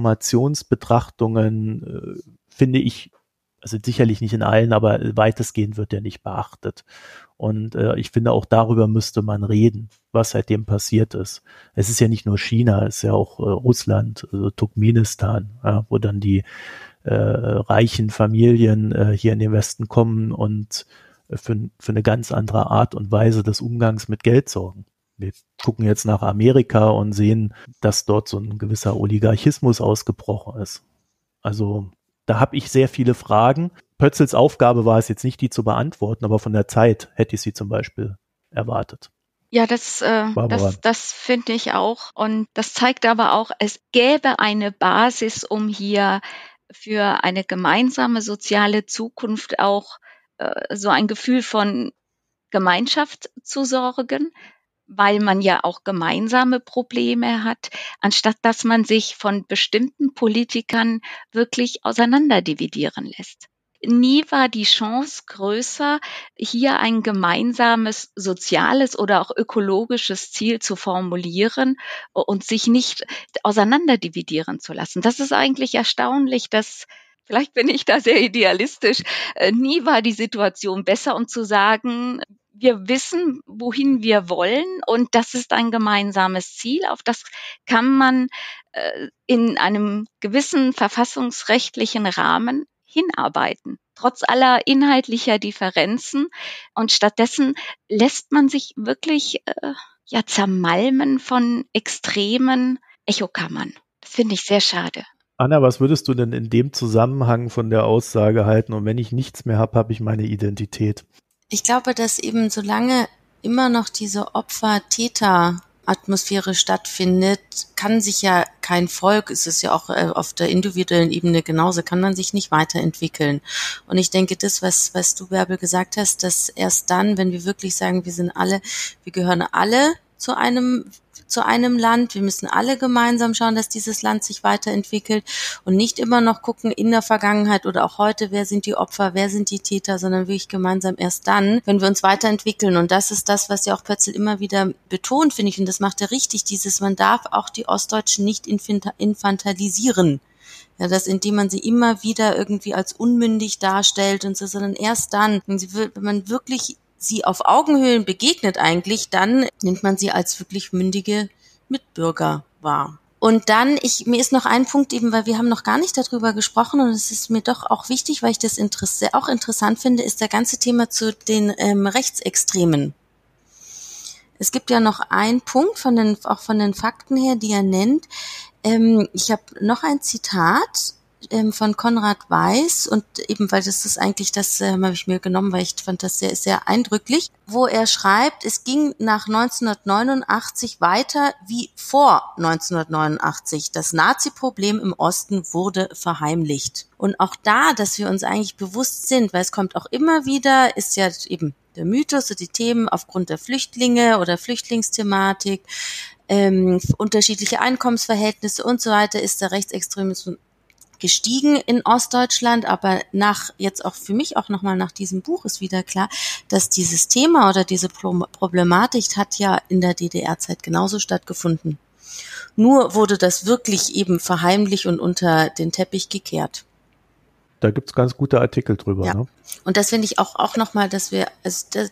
Transformationsbetrachtungen, äh, finde ich, also sicherlich nicht in allen, aber weitestgehend wird der nicht beachtet. Und äh, ich finde, auch darüber müsste man reden, was seitdem passiert ist. Es ist ja nicht nur China, es ist ja auch äh, Russland, also Turkmenistan, ja, wo dann die äh, reichen Familien äh, hier in den Westen kommen und äh, für, für eine ganz andere Art und Weise des Umgangs mit Geld sorgen. Wir gucken jetzt nach Amerika und sehen, dass dort so ein gewisser Oligarchismus ausgebrochen ist. Also da habe ich sehr viele Fragen. Pötzls Aufgabe war es jetzt nicht, die zu beantworten, aber von der Zeit hätte ich sie zum Beispiel erwartet. Ja, das, äh, das, das finde ich auch. Und das zeigt aber auch, es gäbe eine Basis, um hier für eine gemeinsame soziale Zukunft auch äh, so ein Gefühl von Gemeinschaft zu sorgen, weil man ja auch gemeinsame Probleme hat, anstatt dass man sich von bestimmten Politikern wirklich auseinanderdividieren lässt. Nie war die Chance größer, hier ein gemeinsames soziales oder auch ökologisches Ziel zu formulieren und sich nicht auseinanderdividieren zu lassen. Das ist eigentlich erstaunlich, dass vielleicht bin ich da sehr idealistisch. Äh, nie war die Situation besser, um zu sagen, wir wissen, wohin wir wollen und das ist ein gemeinsames Ziel. Auf das kann man äh, in einem gewissen verfassungsrechtlichen Rahmen hinarbeiten, trotz aller inhaltlicher Differenzen. Und stattdessen lässt man sich wirklich äh, ja zermalmen von extremen Echokammern. Das finde ich sehr schade. Anna, was würdest du denn in dem Zusammenhang von der Aussage halten? Und wenn ich nichts mehr habe, habe ich meine Identität. Ich glaube, dass eben solange immer noch diese Opfer-Täter-Atmosphäre stattfindet, kann sich ja kein Volk, es ist ja auch äh, auf der individuellen Ebene genauso, kann man sich nicht weiterentwickeln. Und ich denke, das, was, was du, Bärbel, gesagt hast, dass erst dann, wenn wir wirklich sagen, wir sind alle, wir gehören alle zu einem zu einem Land. Wir müssen alle gemeinsam schauen, dass dieses Land sich weiterentwickelt und nicht immer noch gucken in der Vergangenheit oder auch heute, wer sind die Opfer, wer sind die Täter, sondern wirklich gemeinsam erst dann, wenn wir uns weiterentwickeln. Und das ist das, was ja auch Pötzl immer wieder betont, finde ich, und das macht er richtig, dieses, man darf auch die Ostdeutschen nicht infantilisieren. Ja, dass indem man sie immer wieder irgendwie als unmündig darstellt und so, sondern erst dann, wenn, sie, wenn man wirklich sie auf Augenhöhe begegnet eigentlich, dann nimmt man sie als wirklich mündige Mitbürger wahr. Und dann, ich, mir ist noch ein Punkt eben, weil wir haben noch gar nicht darüber gesprochen und es ist mir doch auch wichtig, weil ich das Interesse, auch interessant finde, ist der ganze Thema zu den ähm, Rechtsextremen. Es gibt ja noch einen Punkt von den, auch von den Fakten her, die er nennt. Ähm, ich habe noch ein Zitat von Konrad Weiß und eben, weil das ist eigentlich, das äh, habe ich mir genommen, weil ich fand das sehr, sehr eindrücklich, wo er schreibt, es ging nach neunzehnhundertneunundachtzig weiter wie vor neunzehnhundertneunundachtzig. Das Nazi-Problem im Osten wurde verheimlicht. Und auch da, dass wir uns eigentlich bewusst sind, weil es kommt auch immer wieder, ist ja eben der Mythos und die Themen aufgrund der Flüchtlinge oder Flüchtlingsthematik, ähm, unterschiedliche Einkommensverhältnisse und so weiter, ist der Rechtsextremismus gestiegen in Ostdeutschland, aber nach, jetzt auch für mich auch nochmal nach diesem Buch ist wieder klar, dass dieses Thema oder diese Problematik hat ja in der D D R-Zeit genauso stattgefunden. Nur wurde das wirklich eben verheimlicht und unter den Teppich gekehrt. Da gibt's ganz gute Artikel drüber. Ja. Ne? Und das finde ich auch, auch nochmal, dass wir, also das,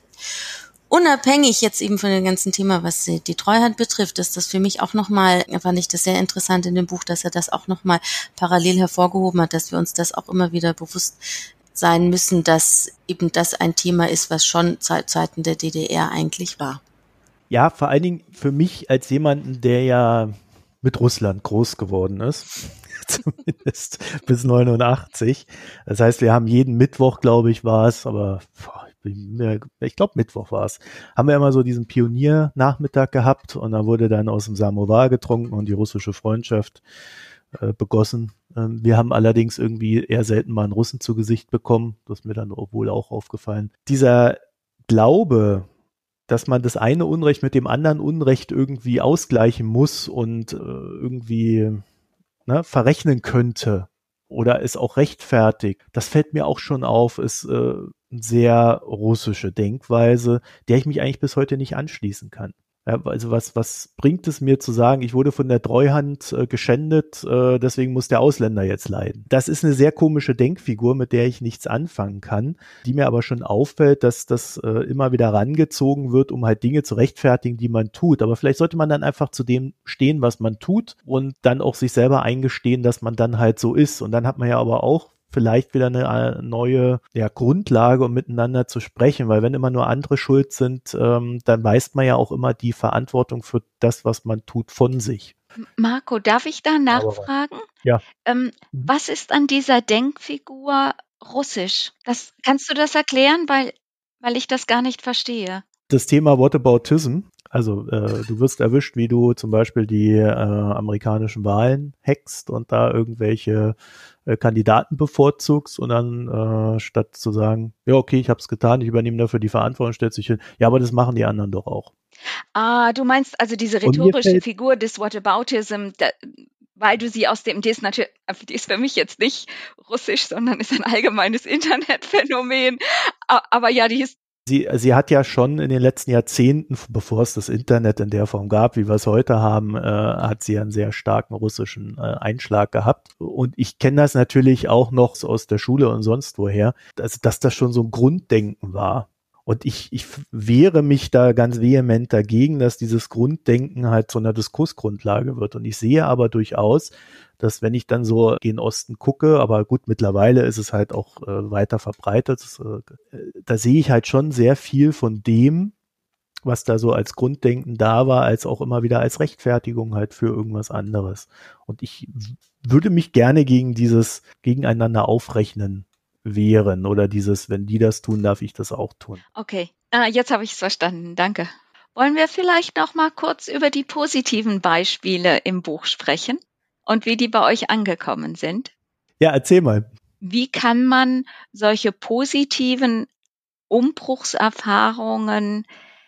unabhängig jetzt eben von dem ganzen Thema, was die Treuhand betrifft, ist das für mich auch nochmal, fand ich das sehr interessant in dem Buch, dass er das auch nochmal parallel hervorgehoben hat, dass wir uns das auch immer wieder bewusst sein müssen, dass eben das ein Thema ist, was schon seit Zeiten der D D R eigentlich war. Ja, vor allen Dingen für mich als jemanden, der ja mit Russland groß geworden ist, zumindest bis neunundachtzig. Das heißt, wir haben jeden Mittwoch, glaube ich, war es, aber boah, ich glaube Mittwoch war es, haben wir immer so diesen Pioniernachmittag gehabt und da wurde dann aus dem Samovar getrunken und die russische Freundschaft äh, begossen. Ähm, wir haben allerdings irgendwie eher selten mal einen Russen zu Gesicht bekommen, das ist mir dann wohl auch aufgefallen. Dieser Glaube, dass man das eine Unrecht mit dem anderen Unrecht irgendwie ausgleichen muss und äh, irgendwie ne, verrechnen könnte oder es auch rechtfertigt, das fällt mir auch schon auf, ist äh, eine sehr russische Denkweise, der ich mich eigentlich bis heute nicht anschließen kann. Ja, also was, was bringt es mir zu sagen, ich wurde von der Treuhand äh, geschändet, äh, deswegen muss der Ausländer jetzt leiden. Das ist eine sehr komische Denkfigur, mit der ich nichts anfangen kann, die mir aber schon auffällt, dass das äh, immer wieder rangezogen wird, um halt Dinge zu rechtfertigen, die man tut. Aber vielleicht sollte man dann einfach zu dem stehen, was man tut und dann auch sich selber eingestehen, dass man dann halt so ist. Und dann hat man ja aber auch vielleicht wieder eine neue ja, Grundlage, um miteinander zu sprechen, weil wenn immer nur andere schuld sind, ähm, dann weist man ja auch immer die Verantwortung für das, was man tut, von sich. Marco, darf ich da nachfragen? Aber, ja. Ähm, was ist an dieser Denkfigur russisch? Das, kannst du das erklären, weil, weil ich das gar nicht verstehe? Das Thema Whataboutism, also äh, du wirst erwischt, wie du zum Beispiel die äh, amerikanischen Wahlen hackst und da irgendwelche äh, Kandidaten bevorzugst und dann äh, statt zu sagen, ja okay, ich habe es getan, ich übernehme dafür die Verantwortung, stellt sich hin, ja, aber das machen die anderen doch auch. Ah, du meinst also diese rhetorische Figur des Whataboutism, da, weil du sie aus dem, die ist natürlich, die ist für mich jetzt nicht russisch, sondern ist ein allgemeines Internetphänomen, aber ja, die ist Sie, sie hat ja schon in den letzten Jahrzehnten, bevor es das Internet in der Form gab, wie wir es heute haben, äh, hat sie einen sehr starken russischen äh, Einschlag gehabt. Und ich kenne das natürlich auch noch aus der Schule und sonst woher, dass, dass das schon so ein Grunddenken war. Und ich, ich wehre mich da ganz vehement dagegen, dass dieses Grunddenken halt zu einer Diskursgrundlage wird. Und ich sehe aber durchaus, dass wenn ich dann so gen Osten gucke, aber gut, mittlerweile ist es halt auch äh, weiter verbreitet, äh, da sehe ich halt schon sehr viel von dem, was da so als Grunddenken da war, als auch immer wieder als Rechtfertigung halt für irgendwas anderes. Und ich w- würde mich gerne gegen dieses Gegeneinander aufrechnen wehren oder dieses, wenn die das tun, darf ich das auch tun. Okay, ah, jetzt habe ich es verstanden. Danke. Wollen wir vielleicht noch mal kurz über die positiven Beispiele im Buch sprechen und wie die bei euch angekommen sind? Ja, erzähl mal. Wie kann man solche positiven Umbruchserfahrungen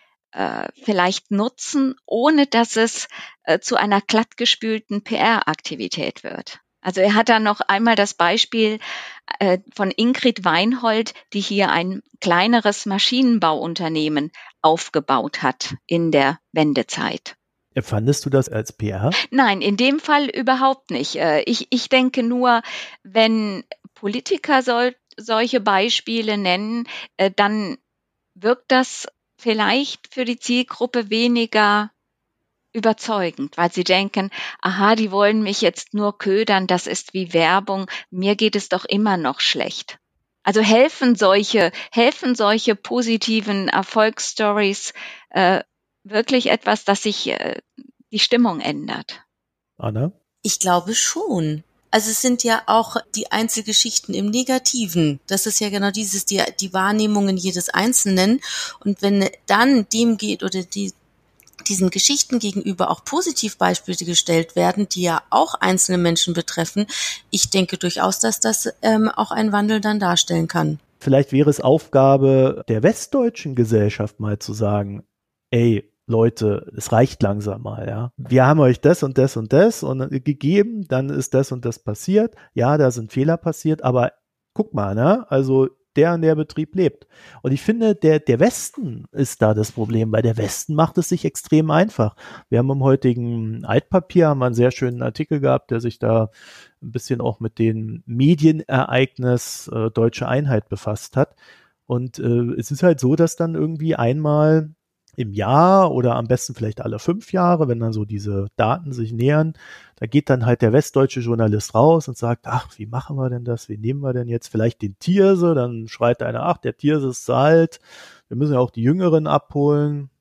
äh, vielleicht nutzen, ohne dass es äh, zu einer glattgespülten P R-Aktivität wird? Also er hat dann noch einmal das Beispiel äh, von Ingrid Weinhold, die hier ein kleineres Maschinenbauunternehmen aufgebaut hat in der Wendezeit. Fandest du das als P R? Nein, in dem Fall überhaupt nicht. Äh, Ich, ich denke nur, wenn Politiker sol solche Beispiele nennen, äh, dann wirkt das vielleicht für die Zielgruppe weniger überzeugend, weil sie denken, aha, die wollen mich jetzt nur ködern, das ist wie Werbung, mir geht es doch immer noch schlecht. Also helfen solche, helfen solche positiven Erfolgsstories äh, wirklich etwas, dass sich äh, die Stimmung ändert? Anna? Ich glaube schon. Also es sind ja auch die Einzelgeschichten im Negativen. Das ist ja genau dieses, die, die Wahrnehmungen jedes Einzelnen. Und wenn dann dem geht oder die, diesen Geschichten gegenüber auch Positivbeispiele gestellt werden, die ja auch einzelne Menschen betreffen, ich denke durchaus, dass das ähm, auch einen Wandel dann darstellen kann. Vielleicht wäre es Aufgabe der westdeutschen Gesellschaft mal zu sagen, ey, Leute, es reicht langsam mal, ja. Wir haben euch das und das und das und gegeben, dann ist das und das passiert. Ja, da sind Fehler passiert, aber guck mal, ne? Also der und der Betrieb lebt. Und ich finde, der, der Westen ist da das Problem, weil der Westen macht es sich extrem einfach. Wir haben im heutigen Altpapier haben wir einen sehr schönen Artikel gehabt, der sich da ein bisschen auch mit dem Medienereignis äh, Deutsche Einheit befasst hat. Und äh, es ist halt so, dass dann irgendwie einmal im Jahr oder am besten vielleicht alle fünf Jahre, wenn dann so diese Daten sich nähern, da geht dann halt der westdeutsche Journalist raus und sagt, ach, wie machen wir denn das? Wie nehmen wir denn jetzt vielleicht den Thierse? Dann schreit einer, ach, der Thierse ist zu alt. Wir müssen ja auch die Jüngeren abholen.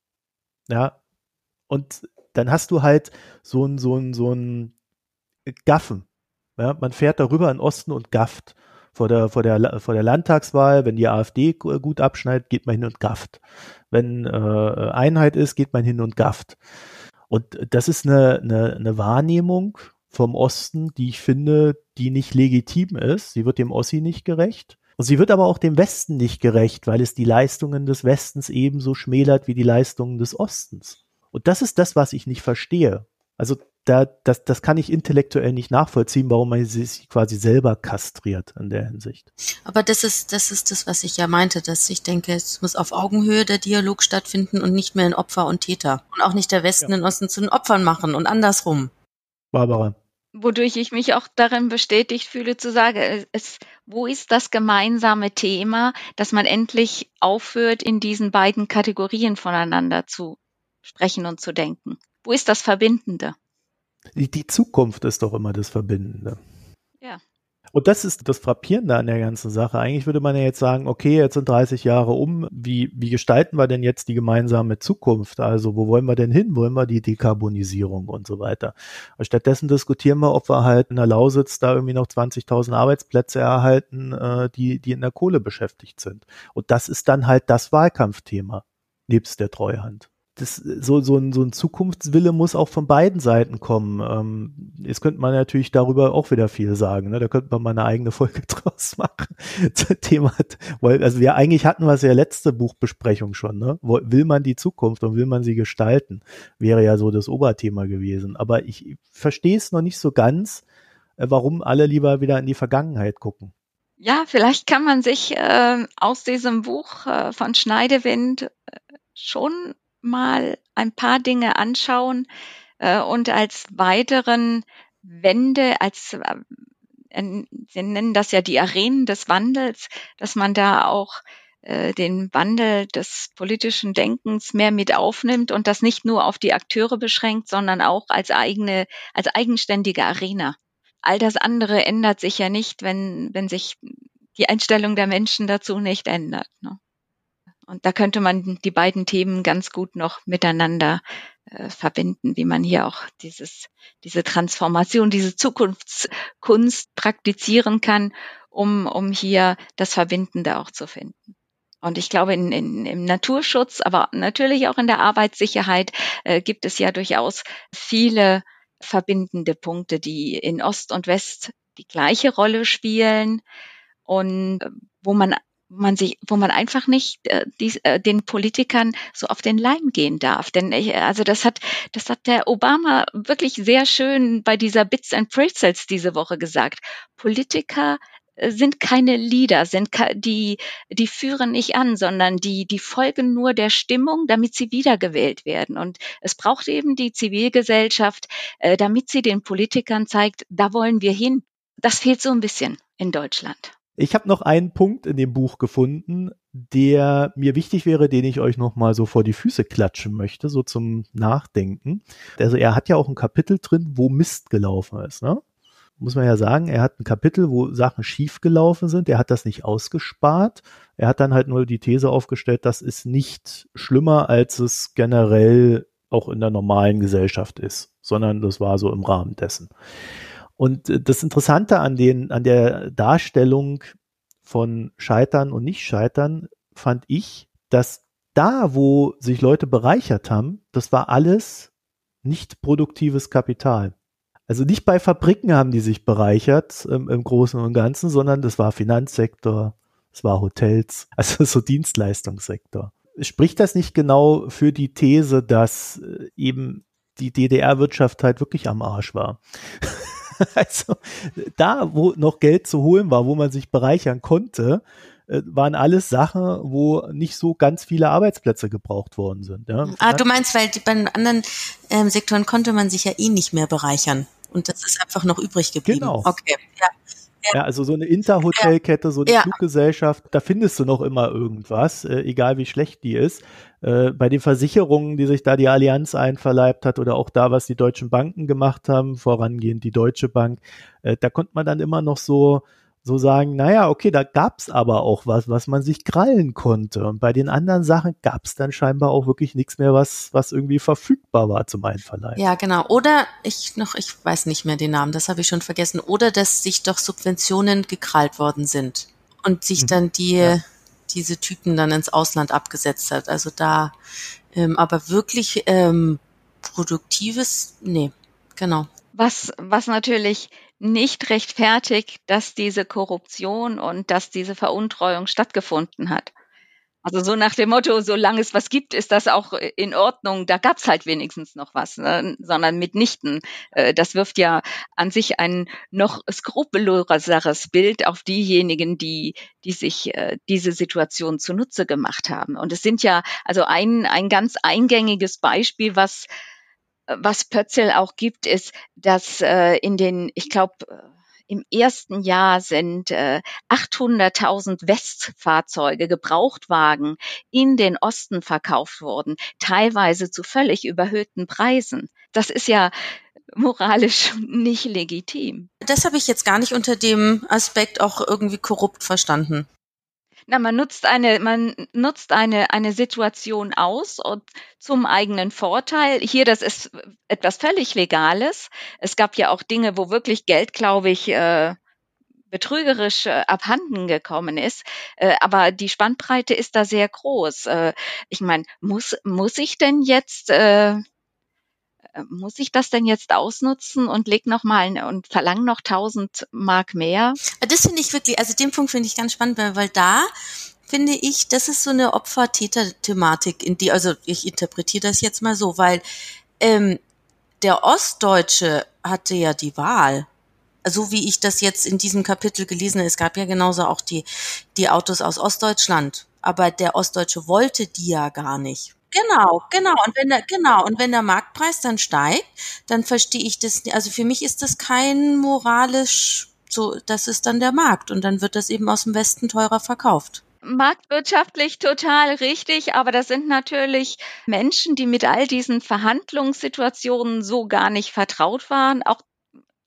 Ja, und dann hast du halt so ein, so ein, so ein Gaffen. Ja, man fährt darüber in Osten und gafft. Vor der, vor der, vor der Landtagswahl, wenn die AfD gut abschneidet, geht man hin und gafft. Wenn äh, Einheit ist, geht man hin und gafft. Und das ist eine, eine, eine Wahrnehmung vom Osten, die ich finde, die nicht legitim ist. Sie wird dem Ossi nicht gerecht. Und sie wird aber auch dem Westen nicht gerecht, weil es die Leistungen des Westens ebenso schmälert wie die Leistungen des Ostens. Und das ist das, was ich nicht verstehe. Also da, das, das kann ich intellektuell nicht nachvollziehen, warum man sich quasi selber kastriert in der Hinsicht. Aber das ist, das ist das, was ich ja meinte, dass ich denke, es muss auf Augenhöhe der Dialog stattfinden und nicht mehr in Opfer und Täter. Und auch nicht der Westen Ja. den Osten zu den Opfern machen und andersrum. Barbara. Wodurch ich mich auch darin bestätigt fühle, zu sagen, es, wo ist das gemeinsame Thema, dass man endlich aufhört, in diesen beiden Kategorien voneinander zu sprechen und zu denken? Wo ist das Verbindende? Die, die Zukunft ist doch immer das Verbindende. Ja. Und das ist das Frappierende an der ganzen Sache. Eigentlich würde man ja jetzt sagen, okay, jetzt sind dreißig Jahre um. Wie, wie gestalten wir denn jetzt die gemeinsame Zukunft? Also wo wollen wir denn hin? Wollen wir die Dekarbonisierung und so weiter? Und stattdessen diskutieren wir, ob wir halt in der Lausitz da irgendwie noch zwanzigtausend Arbeitsplätze erhalten, äh, die, die in der Kohle beschäftigt sind. Und das ist dann halt das Wahlkampfthema, nebst der Treuhand. Das, so, so, ein, so ein Zukunftswille muss auch von beiden Seiten kommen. Ähm, jetzt könnte man natürlich darüber auch wieder viel sagen. Ne? Da könnte man mal eine eigene Folge draus machen. Das Thema, weil, also wir eigentlich hatten wir es ja letzte Buchbesprechung schon. Ne? Will man die Zukunft und will man sie gestalten? Wäre ja so das Oberthema gewesen. Aber ich verstehe es noch nicht so ganz, äh, warum alle lieber wieder in die Vergangenheit gucken. Ja, vielleicht kann man sich äh, aus diesem Buch äh, von Schneidewind äh, schon mal ein paar Dinge anschauen äh, und als weiteren Wende, als äh, sie nennen das ja die Arenen des Wandels, dass man da auch äh, den Wandel des politischen Denkens mehr mit aufnimmt und das nicht nur auf die Akteure beschränkt, sondern auch als eigene, als eigenständige Arena. All das andere ändert sich ja nicht, wenn, wenn sich die Einstellung der Menschen dazu nicht ändert. Ne? Und da könnte man die beiden Themen ganz gut noch miteinander äh, verbinden, wie man hier auch dieses, diese Transformation, diese Zukunftskunst praktizieren kann, um, um hier das Verbindende auch zu finden. Und ich glaube, in, in, im Naturschutz, aber natürlich auch in der Arbeitssicherheit äh, gibt es ja durchaus viele verbindende Punkte, die in Ost und West die gleiche Rolle spielen und äh, wo man man sich, wo man einfach nicht äh, dies, äh, den Politikern so auf den Leim gehen darf. Denn ich, also das hat, das hat der Obama wirklich sehr schön bei dieser Bits and Pretzels diese Woche gesagt. Politiker äh, sind keine Leader, sind ka- die, die führen nicht an, sondern die, die folgen nur der Stimmung, damit sie wiedergewählt werden. Und es braucht eben die Zivilgesellschaft, äh, damit sie den Politikern zeigt, da wollen wir hin. Das fehlt so ein bisschen in Deutschland. Ich habe noch einen Punkt in dem Buch gefunden, der mir wichtig wäre, den ich euch noch mal so vor die Füße klatschen möchte, so zum Nachdenken. Also er hat ja auch ein Kapitel drin, wo Mist gelaufen ist, ne? Muss man ja sagen, er hat ein Kapitel, wo Sachen schief gelaufen sind. Er hat das nicht ausgespart. Er hat dann halt nur die These aufgestellt, das ist nicht schlimmer, als es generell auch in der normalen Gesellschaft ist, sondern das war so im Rahmen dessen. Und das Interessante an den, an der Darstellung von Scheitern und Nicht-Scheitern fand ich, dass da, wo sich Leute bereichert haben, das war alles nicht produktives Kapital. Also nicht bei Fabriken haben die sich bereichert ähm, im Großen und Ganzen, sondern das war Finanzsektor, es war Hotels, also so Dienstleistungssektor. Spricht das nicht genau für die These, dass äh, eben die D D R-Wirtschaft halt wirklich am Arsch war? Also da, wo noch Geld zu holen war, wo man sich bereichern konnte, äh, waren alles Sachen, wo nicht so ganz viele Arbeitsplätze gebraucht worden sind. Ja? Ah, du meinst, weil die, bei den anderen ähm, Sektoren konnte man sich ja eh nicht mehr bereichern. Und das ist einfach noch übrig geblieben. Genau. Okay, ja. Ja, also so eine Interhotelkette, so eine Ja. Fluggesellschaft, da findest du noch immer irgendwas, äh, egal wie schlecht die ist. Äh, bei den Versicherungen, die sich da die Allianz einverleibt hat oder auch da, was die deutschen Banken gemacht haben, vorangehend die Deutsche Bank, äh, da konnte man dann immer noch so so sagen, naja, okay, da gab's aber auch was, was man sich krallen konnte. Und bei den anderen Sachen gab's dann scheinbar auch wirklich nichts mehr, was was irgendwie verfügbar war zum Einverleiben. Ja, genau. Oder ich noch, ich weiß nicht mehr den Namen, das habe ich schon vergessen. Oder dass sich doch Subventionen gekrallt worden sind und sich dann die Ja. diese Typen dann ins Ausland abgesetzt hat. Also da, ähm, aber wirklich ähm, produktives, nee, genau. Was, was natürlich nicht rechtfertigt, dass diese Korruption und dass diese Veruntreuung stattgefunden hat. Also so nach dem Motto, solange es was gibt, ist das auch in Ordnung. Da gab's halt wenigstens noch was, ne? Sondern mitnichten. Äh, Das wirft ja an sich ein noch skrupelloseres Bild auf diejenigen, die, die sich äh, diese Situation zunutze gemacht haben. Und es sind ja also ein, ein ganz eingängiges Beispiel, was was Pötzl auch gibt, ist, dass äh, in den, ich glaube, im ersten Jahr sind äh, achthunderttausend Westfahrzeuge, Gebrauchtwagen in den Osten verkauft worden, teilweise zu völlig überhöhten Preisen. Das ist ja moralisch nicht legitim. Das habe ich jetzt gar nicht unter dem Aspekt auch irgendwie korrupt verstanden. Na, man nutzt eine, man nutzt eine, eine Situation aus und zum eigenen Vorteil. Hier, das ist etwas völlig Legales. Es gab ja auch Dinge, wo wirklich Geld, glaube ich, äh, betrügerisch äh, abhanden gekommen ist. Äh, aber die Spannbreite ist da sehr groß. Äh, ich meine, muss, muss ich denn jetzt, äh, muss ich das denn jetzt ausnutzen und leg noch mal und verlang noch tausend Mark mehr? Das finde ich wirklich, also den Punkt finde ich ganz spannend, weil, weil da finde ich, das ist so eine Opfer-Täter-Thematik, in die, also ich interpretiere das jetzt mal so, weil ähm, der Ostdeutsche hatte ja die Wahl. So wie ich das jetzt in diesem Kapitel gelesen habe, es gab ja genauso auch die, die Autos aus Ostdeutschland, aber der Ostdeutsche wollte die ja gar nicht. Genau, genau. Und wenn der, genau, und wenn der Marktpreis dann steigt, dann verstehe ich das, also für mich ist das kein moralisch, so, das ist dann der Markt und dann wird das eben aus dem Westen teurer verkauft. Marktwirtschaftlich total richtig, aber das sind natürlich Menschen, die mit all diesen Verhandlungssituationen so gar nicht vertraut waren. Auch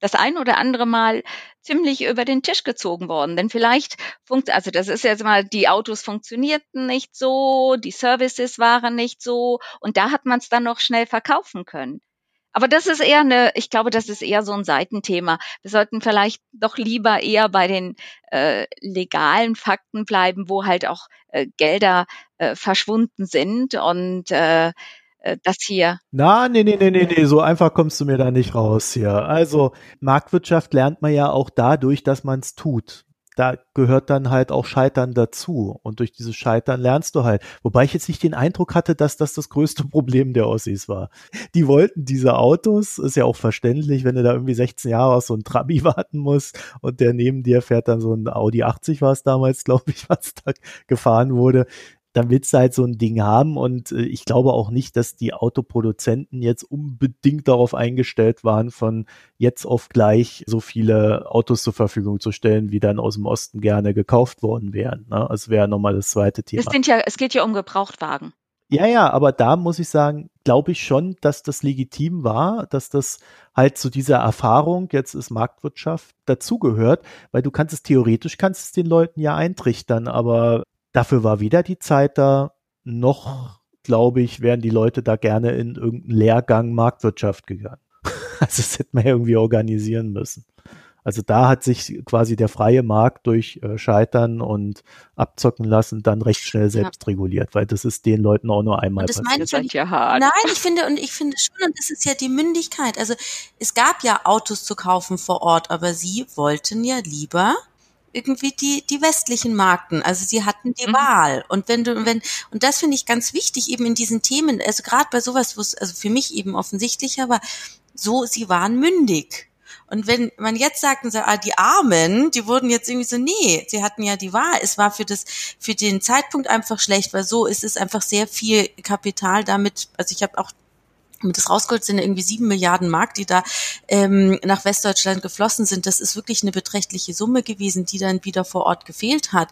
das ein oder andere Mal ziemlich über den Tisch gezogen worden. Denn vielleicht, funkt, also das ist jetzt mal, die Autos funktionierten nicht so, die Services waren nicht so und da hat man es dann noch schnell verkaufen können. Aber das ist eher eine, ich glaube, das ist eher so ein Seitenthema. Wir sollten vielleicht doch lieber eher bei den äh, legalen Fakten bleiben, wo halt auch äh, Gelder äh, verschwunden sind und äh, äh, das hier. Na, nee, nee, nee, nee, nee, so einfach kommst du mir da nicht raus hier. Also Marktwirtschaft lernt man ja auch dadurch, dass man es tut. Da gehört dann halt auch Scheitern dazu. Und durch dieses Scheitern lernst du halt. Wobei ich jetzt nicht den Eindruck hatte, dass das das größte Problem der Ossis war. Die wollten diese Autos, ist ja auch verständlich, wenn du da irgendwie sechzehn Jahre auf so ein Trabi warten musst und der neben dir fährt dann so ein Audi achtzig, war es damals, glaube ich, was da gefahren wurde. Dann willst du halt so ein Ding haben und äh, ich glaube auch nicht, dass die Autoproduzenten jetzt unbedingt darauf eingestellt waren, von jetzt auf gleich so viele Autos zur Verfügung zu stellen, wie dann aus dem Osten gerne gekauft worden wären. Ne? Das wäre nochmal das zweite Thema. Es sind ja, es geht ja um Gebrauchtwagen. Ja, ja, aber da muss ich sagen, glaube ich schon, dass das legitim war, dass das halt zu dieser Erfahrung, jetzt ist Marktwirtschaft, dazugehört, weil du kannst es theoretisch, kannst es den Leuten ja eintrichtern, aber dafür war weder die Zeit da, noch, glaube ich, wären die Leute da gerne in irgendeinen Lehrgang Marktwirtschaft gegangen. Also das hätte man irgendwie organisieren müssen. Also da hat sich quasi der freie Markt durch äh, Scheitern und Abzocken lassen dann recht schnell selbst ja. reguliert, weil das ist den Leuten auch nur einmal und das passiert. Das meine ich ja hart. Nein, ich finde, und ich finde schon, und das ist ja die Mündigkeit. Also es gab ja Autos zu kaufen vor Ort, aber sie wollten ja lieber irgendwie die die westlichen Marken, also sie hatten die mhm. Wahl und wenn du wenn und das finde ich ganz wichtig eben in diesen Themen, also gerade bei sowas, wo es also für mich eben offensichtlicher war, so sie waren mündig. Und wenn man jetzt sagt, so, ah, die Armen, die wurden jetzt irgendwie so, nee, sie hatten ja die Wahl. Es war für das, für den Zeitpunkt einfach schlecht, weil so ist es einfach sehr viel Kapital damit, also ich habe auch mit das rausgeholt, sind irgendwie sieben Milliarden Mark, die da ähm, nach Westdeutschland geflossen sind. Das ist wirklich eine beträchtliche Summe gewesen, die dann wieder vor Ort gefehlt hat.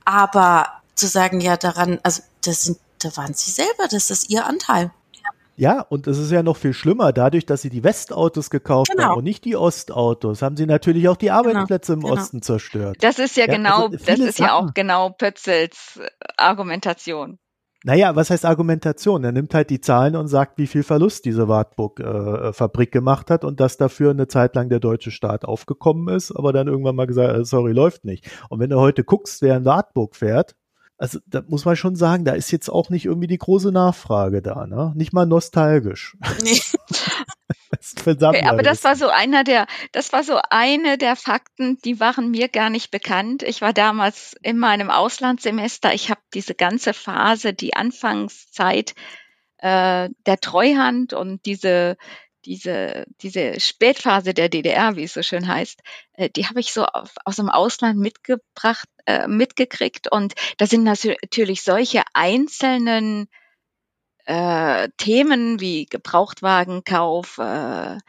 Aber zu sagen, ja daran, also das sind, da waren sie selber, das ist ihr Anteil. Ja, und es ist ja noch viel schlimmer, dadurch, dass sie die Westautos gekauft genau. haben und nicht die Ostautos, haben sie natürlich auch die Arbeitsplätze genau. im genau. Osten zerstört. Das ist ja, ja genau, also das ist Sachen. ja auch genau Pötzls Argumentation. Naja, was heißt Argumentation? Er nimmt halt die Zahlen und sagt, wie viel Verlust diese Wartburg-Fabrik äh, gemacht hat und dass dafür eine Zeit lang der deutsche Staat aufgekommen ist, aber dann irgendwann mal gesagt, sorry, läuft nicht. Und wenn du heute guckst, wer in Wartburg fährt, also da muss man schon sagen, da ist jetzt auch nicht irgendwie die große Nachfrage da, ne? Nicht mal nostalgisch. Nee. Okay, aber das war so einer der, das war so eine der Fakten, die waren mir gar nicht bekannt. Ich war damals in meinem Auslandssemester. Ich habe diese ganze Phase, die Anfangszeit äh, der Treuhand und diese diese diese Spätphase der D D R, wie es so schön heißt, äh, die habe ich so auf, aus dem Ausland mitgebracht, äh, mitgekriegt. Und da sind natürlich solche einzelnen Äh, Themen wie Gebrauchtwagenkauf, äh,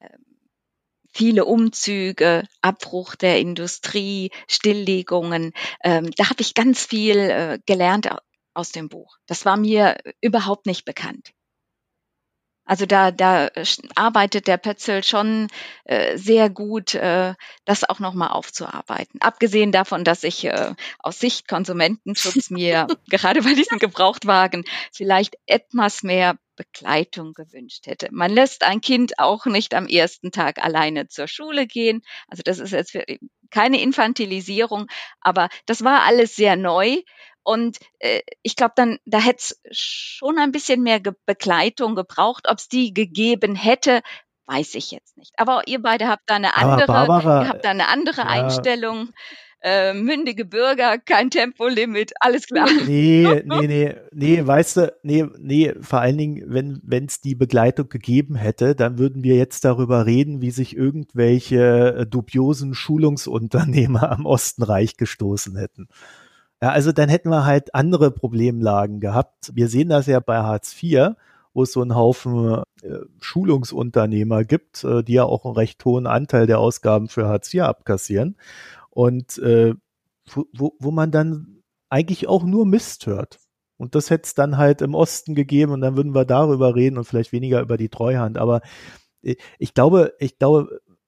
viele Umzüge, Abbruch der Industrie, Stilllegungen. Ähm, da habe ich ganz viel äh, gelernt aus dem Buch. Das war mir überhaupt nicht bekannt. Also da, da arbeitet der Pötzl schon äh, sehr gut, äh, das auch nochmal aufzuarbeiten. Abgesehen davon, dass ich äh, aus Sicht Konsumentenschutz mir gerade bei diesen Gebrauchtwagen vielleicht etwas mehr Begleitung gewünscht hätte. Man lässt ein Kind auch nicht am ersten Tag alleine zur Schule gehen. Also das ist jetzt keine Infantilisierung, aber das war alles sehr neu. Und äh, ich glaube, dann da hätte es schon ein bisschen mehr Ge- Begleitung gebraucht. Ob es die gegeben hätte, weiß ich jetzt nicht. Aber ihr beide habt da eine andere, Barbara, ihr habt da eine andere ja. Einstellung. Äh, mündige Bürger, kein Tempolimit, alles klar. Nee, nee, nee, nee, weißt du, nee, nee, vor allen Dingen, wenn wenn es die Begleitung gegeben hätte, dann würden wir jetzt darüber reden, wie sich irgendwelche äh, dubiosen Schulungsunternehmer am Ostenreich gestoßen hätten. Ja, also dann hätten wir halt andere Problemlagen gehabt. Wir sehen das ja bei Hartz vier, wo es so einen Haufen äh, Schulungsunternehmer gibt, äh, die ja auch einen recht hohen Anteil der Ausgaben für Hartz vier abkassieren und äh, wo, wo, wo man dann eigentlich auch nur Mist hört. Und das hätte es dann halt im Osten gegeben und dann würden wir darüber reden und vielleicht weniger über die Treuhand. Aber äh, ich glaube, ich glaube,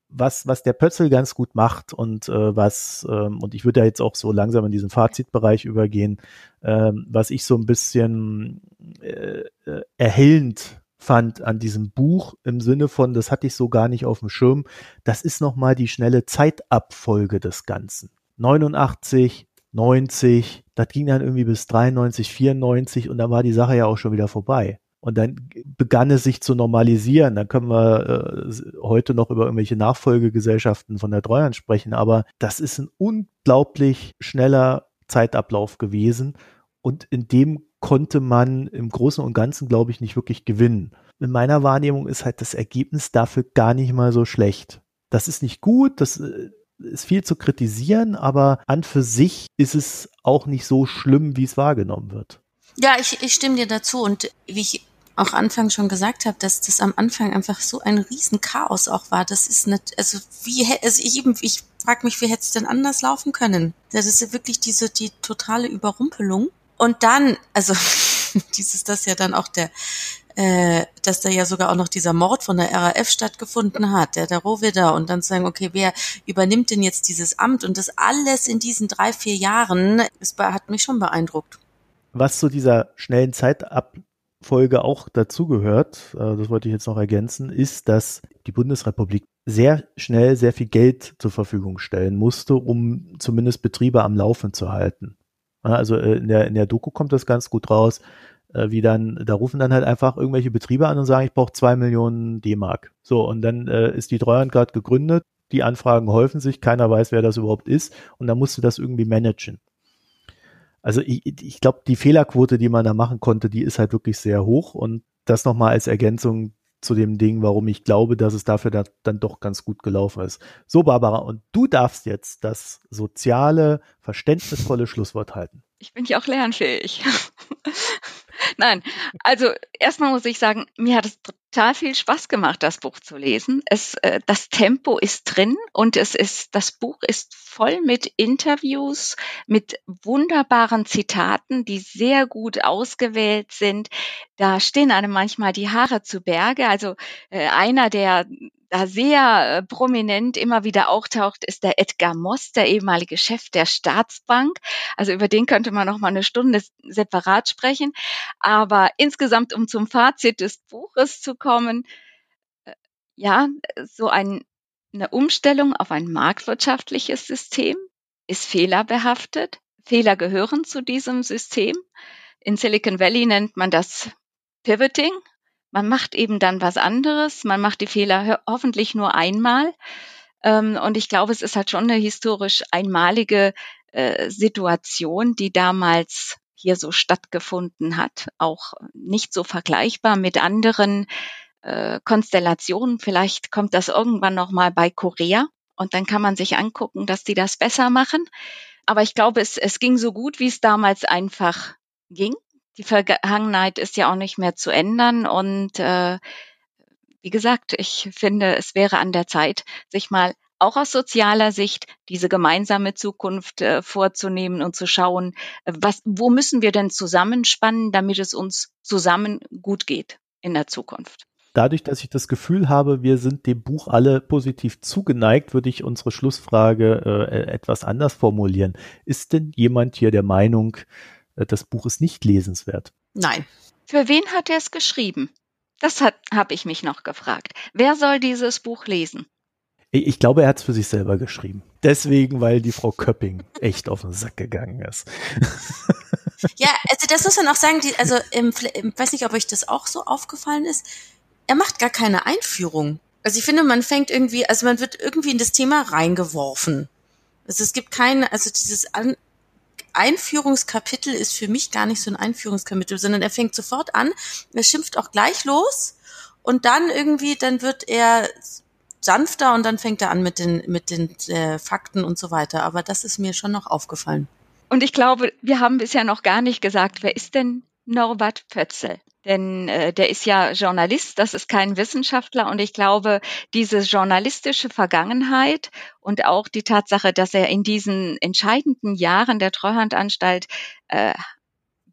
was, was der Pötzl ganz gut macht und äh, was, ähm, und ich würde da jetzt auch so langsam in diesen Fazitbereich übergehen, ähm, was ich so ein bisschen äh, äh, erhellend fand an diesem Buch im Sinne von, das hatte ich so gar nicht auf dem Schirm, das ist nochmal die schnelle Zeitabfolge des Ganzen. neunundachtzig, neunzig, das ging dann irgendwie bis dreiundneunzig, vierundneunzig und dann war die Sache ja auch schon wieder vorbei. Und dann begann es sich zu normalisieren. Dann können wir äh, heute noch über irgendwelche Nachfolgegesellschaften von der Treuhand sprechen, aber das ist ein unglaublich schneller Zeitablauf gewesen und in dem konnte man im Großen und Ganzen, glaube ich, nicht wirklich gewinnen. In meiner Wahrnehmung ist halt das Ergebnis dafür gar nicht mal so schlecht. Das ist nicht gut, das ist viel zu kritisieren, aber an für sich ist es auch nicht so schlimm, wie es wahrgenommen wird. Ja, ich, ich stimme dir dazu und wie ich auch Anfang schon gesagt habe, dass das am Anfang einfach so ein Riesenchaos auch war. Das ist nicht, also wie, also ich eben, ich frage mich, wie hätte es denn anders laufen können? Das ist ja wirklich diese, die totale Überrumpelung. Und dann, also dieses, das ja dann auch der, äh, dass da ja sogar auch noch dieser Mord von der R A F stattgefunden hat, der der Rohwedder, und dann zu sagen, okay, wer übernimmt denn jetzt dieses Amt? Und das alles in diesen drei, vier Jahren, das hat mich schon beeindruckt. Was zu dieser schnellen Zeitabfolge auch dazugehört, äh, das wollte ich jetzt noch ergänzen, ist, dass die Bundesrepublik sehr schnell sehr viel Geld zur Verfügung stellen musste, um zumindest Betriebe am Laufen zu halten. Also in der, in der Doku kommt das ganz gut raus, wie dann, da rufen dann halt einfach irgendwelche Betriebe an und sagen, ich brauche zwei Millionen D-Mark. So, und dann äh, ist die Treuhand gerade gegründet, die Anfragen häufen sich, keiner weiß, wer das überhaupt ist und dann musst du das irgendwie managen. Also ich, ich glaube, die Fehlerquote, die man da machen konnte, die ist halt wirklich sehr hoch und das nochmal als Ergänzung zu dem Ding, warum ich glaube, dass es dafür da, dann doch ganz gut gelaufen ist. So, Barbara, und du darfst jetzt das soziale, verständnisvolle Schlusswort halten. Ich bin ja auch lernfähig. Nein, also erstmal muss ich sagen, mir hat es total viel Spaß gemacht, das Buch zu lesen. Es, äh, das Tempo ist drin und es ist, das Buch ist voll mit Interviews, mit wunderbaren Zitaten, die sehr gut ausgewählt sind. Da stehen einem manchmal die Haare zu Berge. Also äh, einer, der da sehr äh, prominent immer wieder auftaucht, ist der Edgar Moss, der ehemalige Chef der Staatsbank. Also über den könnte man noch mal eine Stunde separat sprechen. Aber insgesamt, um zum Fazit des Buches zu kommen, äh, ja, so ein, eine Umstellung auf ein marktwirtschaftliches System ist fehlerbehaftet. Fehler gehören zu diesem System. In Silicon Valley nennt man das Pivoting. Man macht eben dann was anderes. Man macht die Fehler ho- hoffentlich nur einmal. Ähm, und ich glaube, es ist halt schon eine historisch einmalige äh, Situation, die damals hier so stattgefunden hat. Auch nicht so vergleichbar mit anderen äh, Konstellationen. Vielleicht kommt das irgendwann noch mal bei Korea und dann kann man sich angucken, dass die das besser machen. Aber ich glaube, es, es ging so gut, wie es damals einfach ging. Die Vergangenheit ist ja auch nicht mehr zu ändern und äh, wie gesagt, ich finde, es wäre an der Zeit, sich mal auch aus sozialer Sicht diese gemeinsame Zukunft äh, vorzunehmen und zu schauen, äh, was, wo müssen wir denn zusammenspannen, damit es uns zusammen gut geht in der Zukunft. Dadurch, dass ich das Gefühl habe, wir sind dem Buch alle positiv zugeneigt, würde ich unsere Schlussfrage äh, etwas anders formulieren. Ist denn jemand hier der Meinung, äh, das Buch ist nicht lesenswert? Nein. Für wen hat er es geschrieben? Das habe ich mich noch gefragt. Wer soll dieses Buch lesen? Ich, ich glaube, er hat es für sich selber geschrieben. Deswegen, weil die Frau Köpping echt auf den Sack gegangen ist. Ja, also das muss man auch sagen, die, also ähm, ich weiß nicht, ob euch das auch so aufgefallen ist, er macht gar keine Einführung. Also ich finde, man fängt irgendwie, also man wird irgendwie in das Thema reingeworfen. Also es gibt keine, also dieses An- Einführungskapitel ist für mich gar nicht so ein Einführungskapitel, sondern er fängt sofort an, er schimpft auch gleich los und dann irgendwie, dann wird er sanfter und dann fängt er an mit den mit den äh, Fakten und so weiter. Aber das ist mir schon noch aufgefallen. Und ich glaube, wir haben bisher noch gar nicht gesagt, wer ist denn Norbert Pötzl? Denn äh, der ist ja Journalist, das ist kein Wissenschaftler. Und ich glaube, diese journalistische Vergangenheit und auch die Tatsache, dass er in diesen entscheidenden Jahren der Treuhandanstalt äh,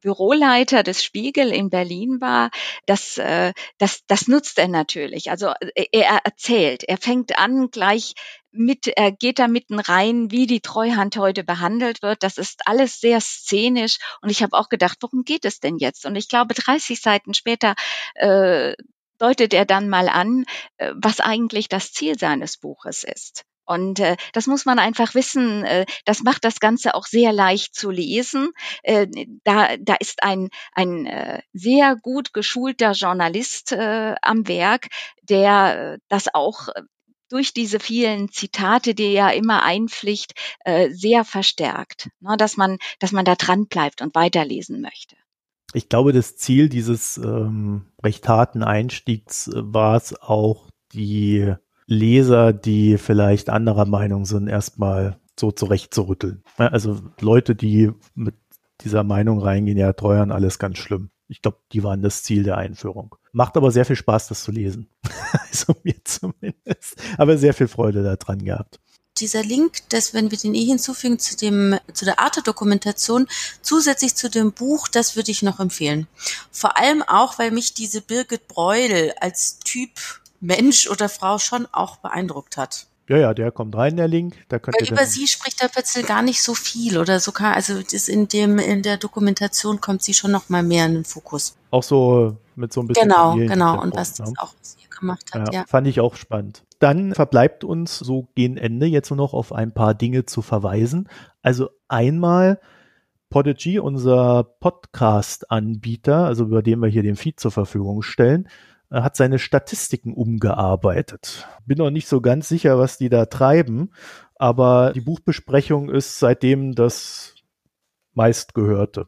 Büroleiter des Spiegel in Berlin war, das, äh, das, das nutzt er natürlich. Also äh, er erzählt, er fängt an gleich mit, er geht da mitten rein, wie die Treuhand heute behandelt wird. Das ist alles sehr szenisch. Und ich habe auch gedacht, worum geht es denn jetzt? Und ich glaube, dreißig Seiten später äh, deutet er dann mal an, äh, was eigentlich das Ziel seines Buches ist. Und äh, das muss man einfach wissen. Äh, das macht das Ganze auch sehr leicht zu lesen. Äh, da, da ist ein, ein äh, sehr gut geschulter Journalist äh, am Werk, der äh, das auch äh, durch diese vielen Zitate, die er immer einpflicht, äh, sehr verstärkt, ne, dass man, dass man da dran bleibt und weiterlesen möchte. Ich glaube, das Ziel dieses ähm, recht harten Einstiegs äh, war es auch, die Leser, die vielleicht anderer Meinung sind, erstmal so zurechtzurütteln. Ja, also Leute, die mit dieser Meinung reingehen, ja, Treuhand, alles ganz schlimm. Ich glaube, die waren das Ziel der Einführung. Macht aber sehr viel Spaß, das zu lesen. Also mir zumindest. Aber sehr viel Freude daran gehabt. Dieser Link, das, wenn wir den eh hinzufügen zu dem, zu der Arte-Dokumentation, zusätzlich zu dem Buch, das würde ich noch empfehlen. Vor allem auch, weil mich diese Birgit Breudel als Typ Mensch oder Frau schon auch beeindruckt hat. Ja, ja, der kommt rein, der Link. Da könnt Weil ihr über dann sie spricht der Pötzl gar nicht so viel oder so kann, also das in dem, in der Dokumentation kommt sie schon noch mal mehr in den Fokus. auch so mit so ein bisschen Genau, Familien- genau. Und Hintergrund, was das ne? auch was sie gemacht hat, Ja, ja. fand ich auch spannend. Dann verbleibt uns so gegen Ende jetzt nur noch auf ein paar Dinge zu verweisen. Also einmal Podigy, unser Podcast-Anbieter, also über den wir hier den Feed zur Verfügung stellen, äh, hat seine Statistiken umgearbeitet. Bin noch nicht so ganz sicher, was die da treiben, aber die Buchbesprechung ist seitdem das meistgehörte.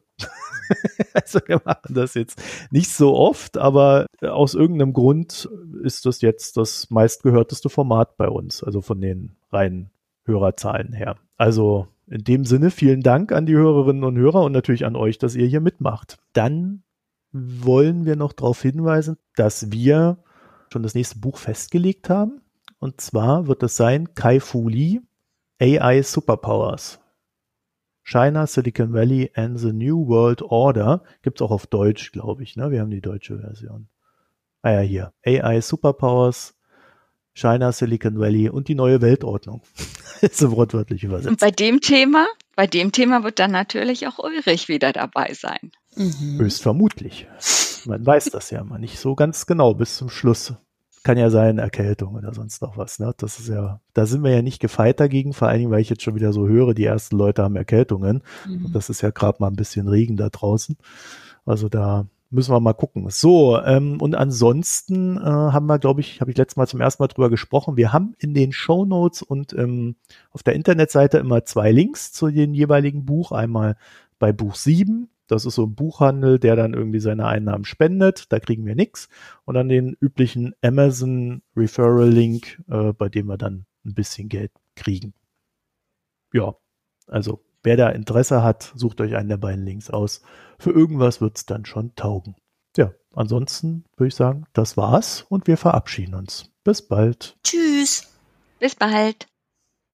Also wir machen das jetzt nicht so oft, aber aus irgendeinem Grund ist das jetzt das meistgehörteste Format bei uns, also von den reinen Hörerzahlen her. Also in dem Sinne vielen Dank an die Hörerinnen und Hörer und natürlich an euch, dass ihr hier mitmacht. Dann wollen wir noch darauf hinweisen, dass wir schon das nächste Buch festgelegt haben. Und zwar wird es sein Kai-Fu Lee, A I Superpowers. China, Silicon Valley and the New World Order. Gibt es auch auf Deutsch, glaube ich. Ne? Wir haben die deutsche Version. Ah ja, hier. A I Superpowers, China, Silicon Valley und die neue Weltordnung. So wortwörtlich übersetzt. Und bei dem Thema, bei dem Thema wird dann natürlich auch Ulrich wieder dabei sein. Mhm. Höchstvermutlich. Man weiß das ja mal nicht so ganz genau bis zum Schluss. Kann ja sein, Erkältung oder sonst noch was. Ne? Das ist ja, da sind wir ja nicht gefeit dagegen, vor allen Dingen, weil ich jetzt schon wieder so höre, die ersten Leute haben Erkältungen. Mhm. Und das ist ja gerade mal ein bisschen Regen da draußen. Also da müssen wir mal gucken. So, ähm, und ansonsten äh, haben wir, glaube ich, habe ich letztes Mal zum ersten Mal drüber gesprochen. Wir haben in den Shownotes und ähm, auf der Internetseite immer zwei Links zu den jeweiligen Buch. Einmal bei Buch sieben. Das ist so ein Buchhandel, der dann irgendwie seine Einnahmen spendet. Da kriegen wir nichts. Und dann den üblichen Amazon Referral Link, äh, bei dem wir dann ein bisschen Geld kriegen. Ja, also wer da Interesse hat, sucht euch einen der beiden Links aus. Für irgendwas wird es dann schon taugen. Ja, ansonsten würde ich sagen, das war's und wir verabschieden uns. Bis bald. Tschüss. Bis bald.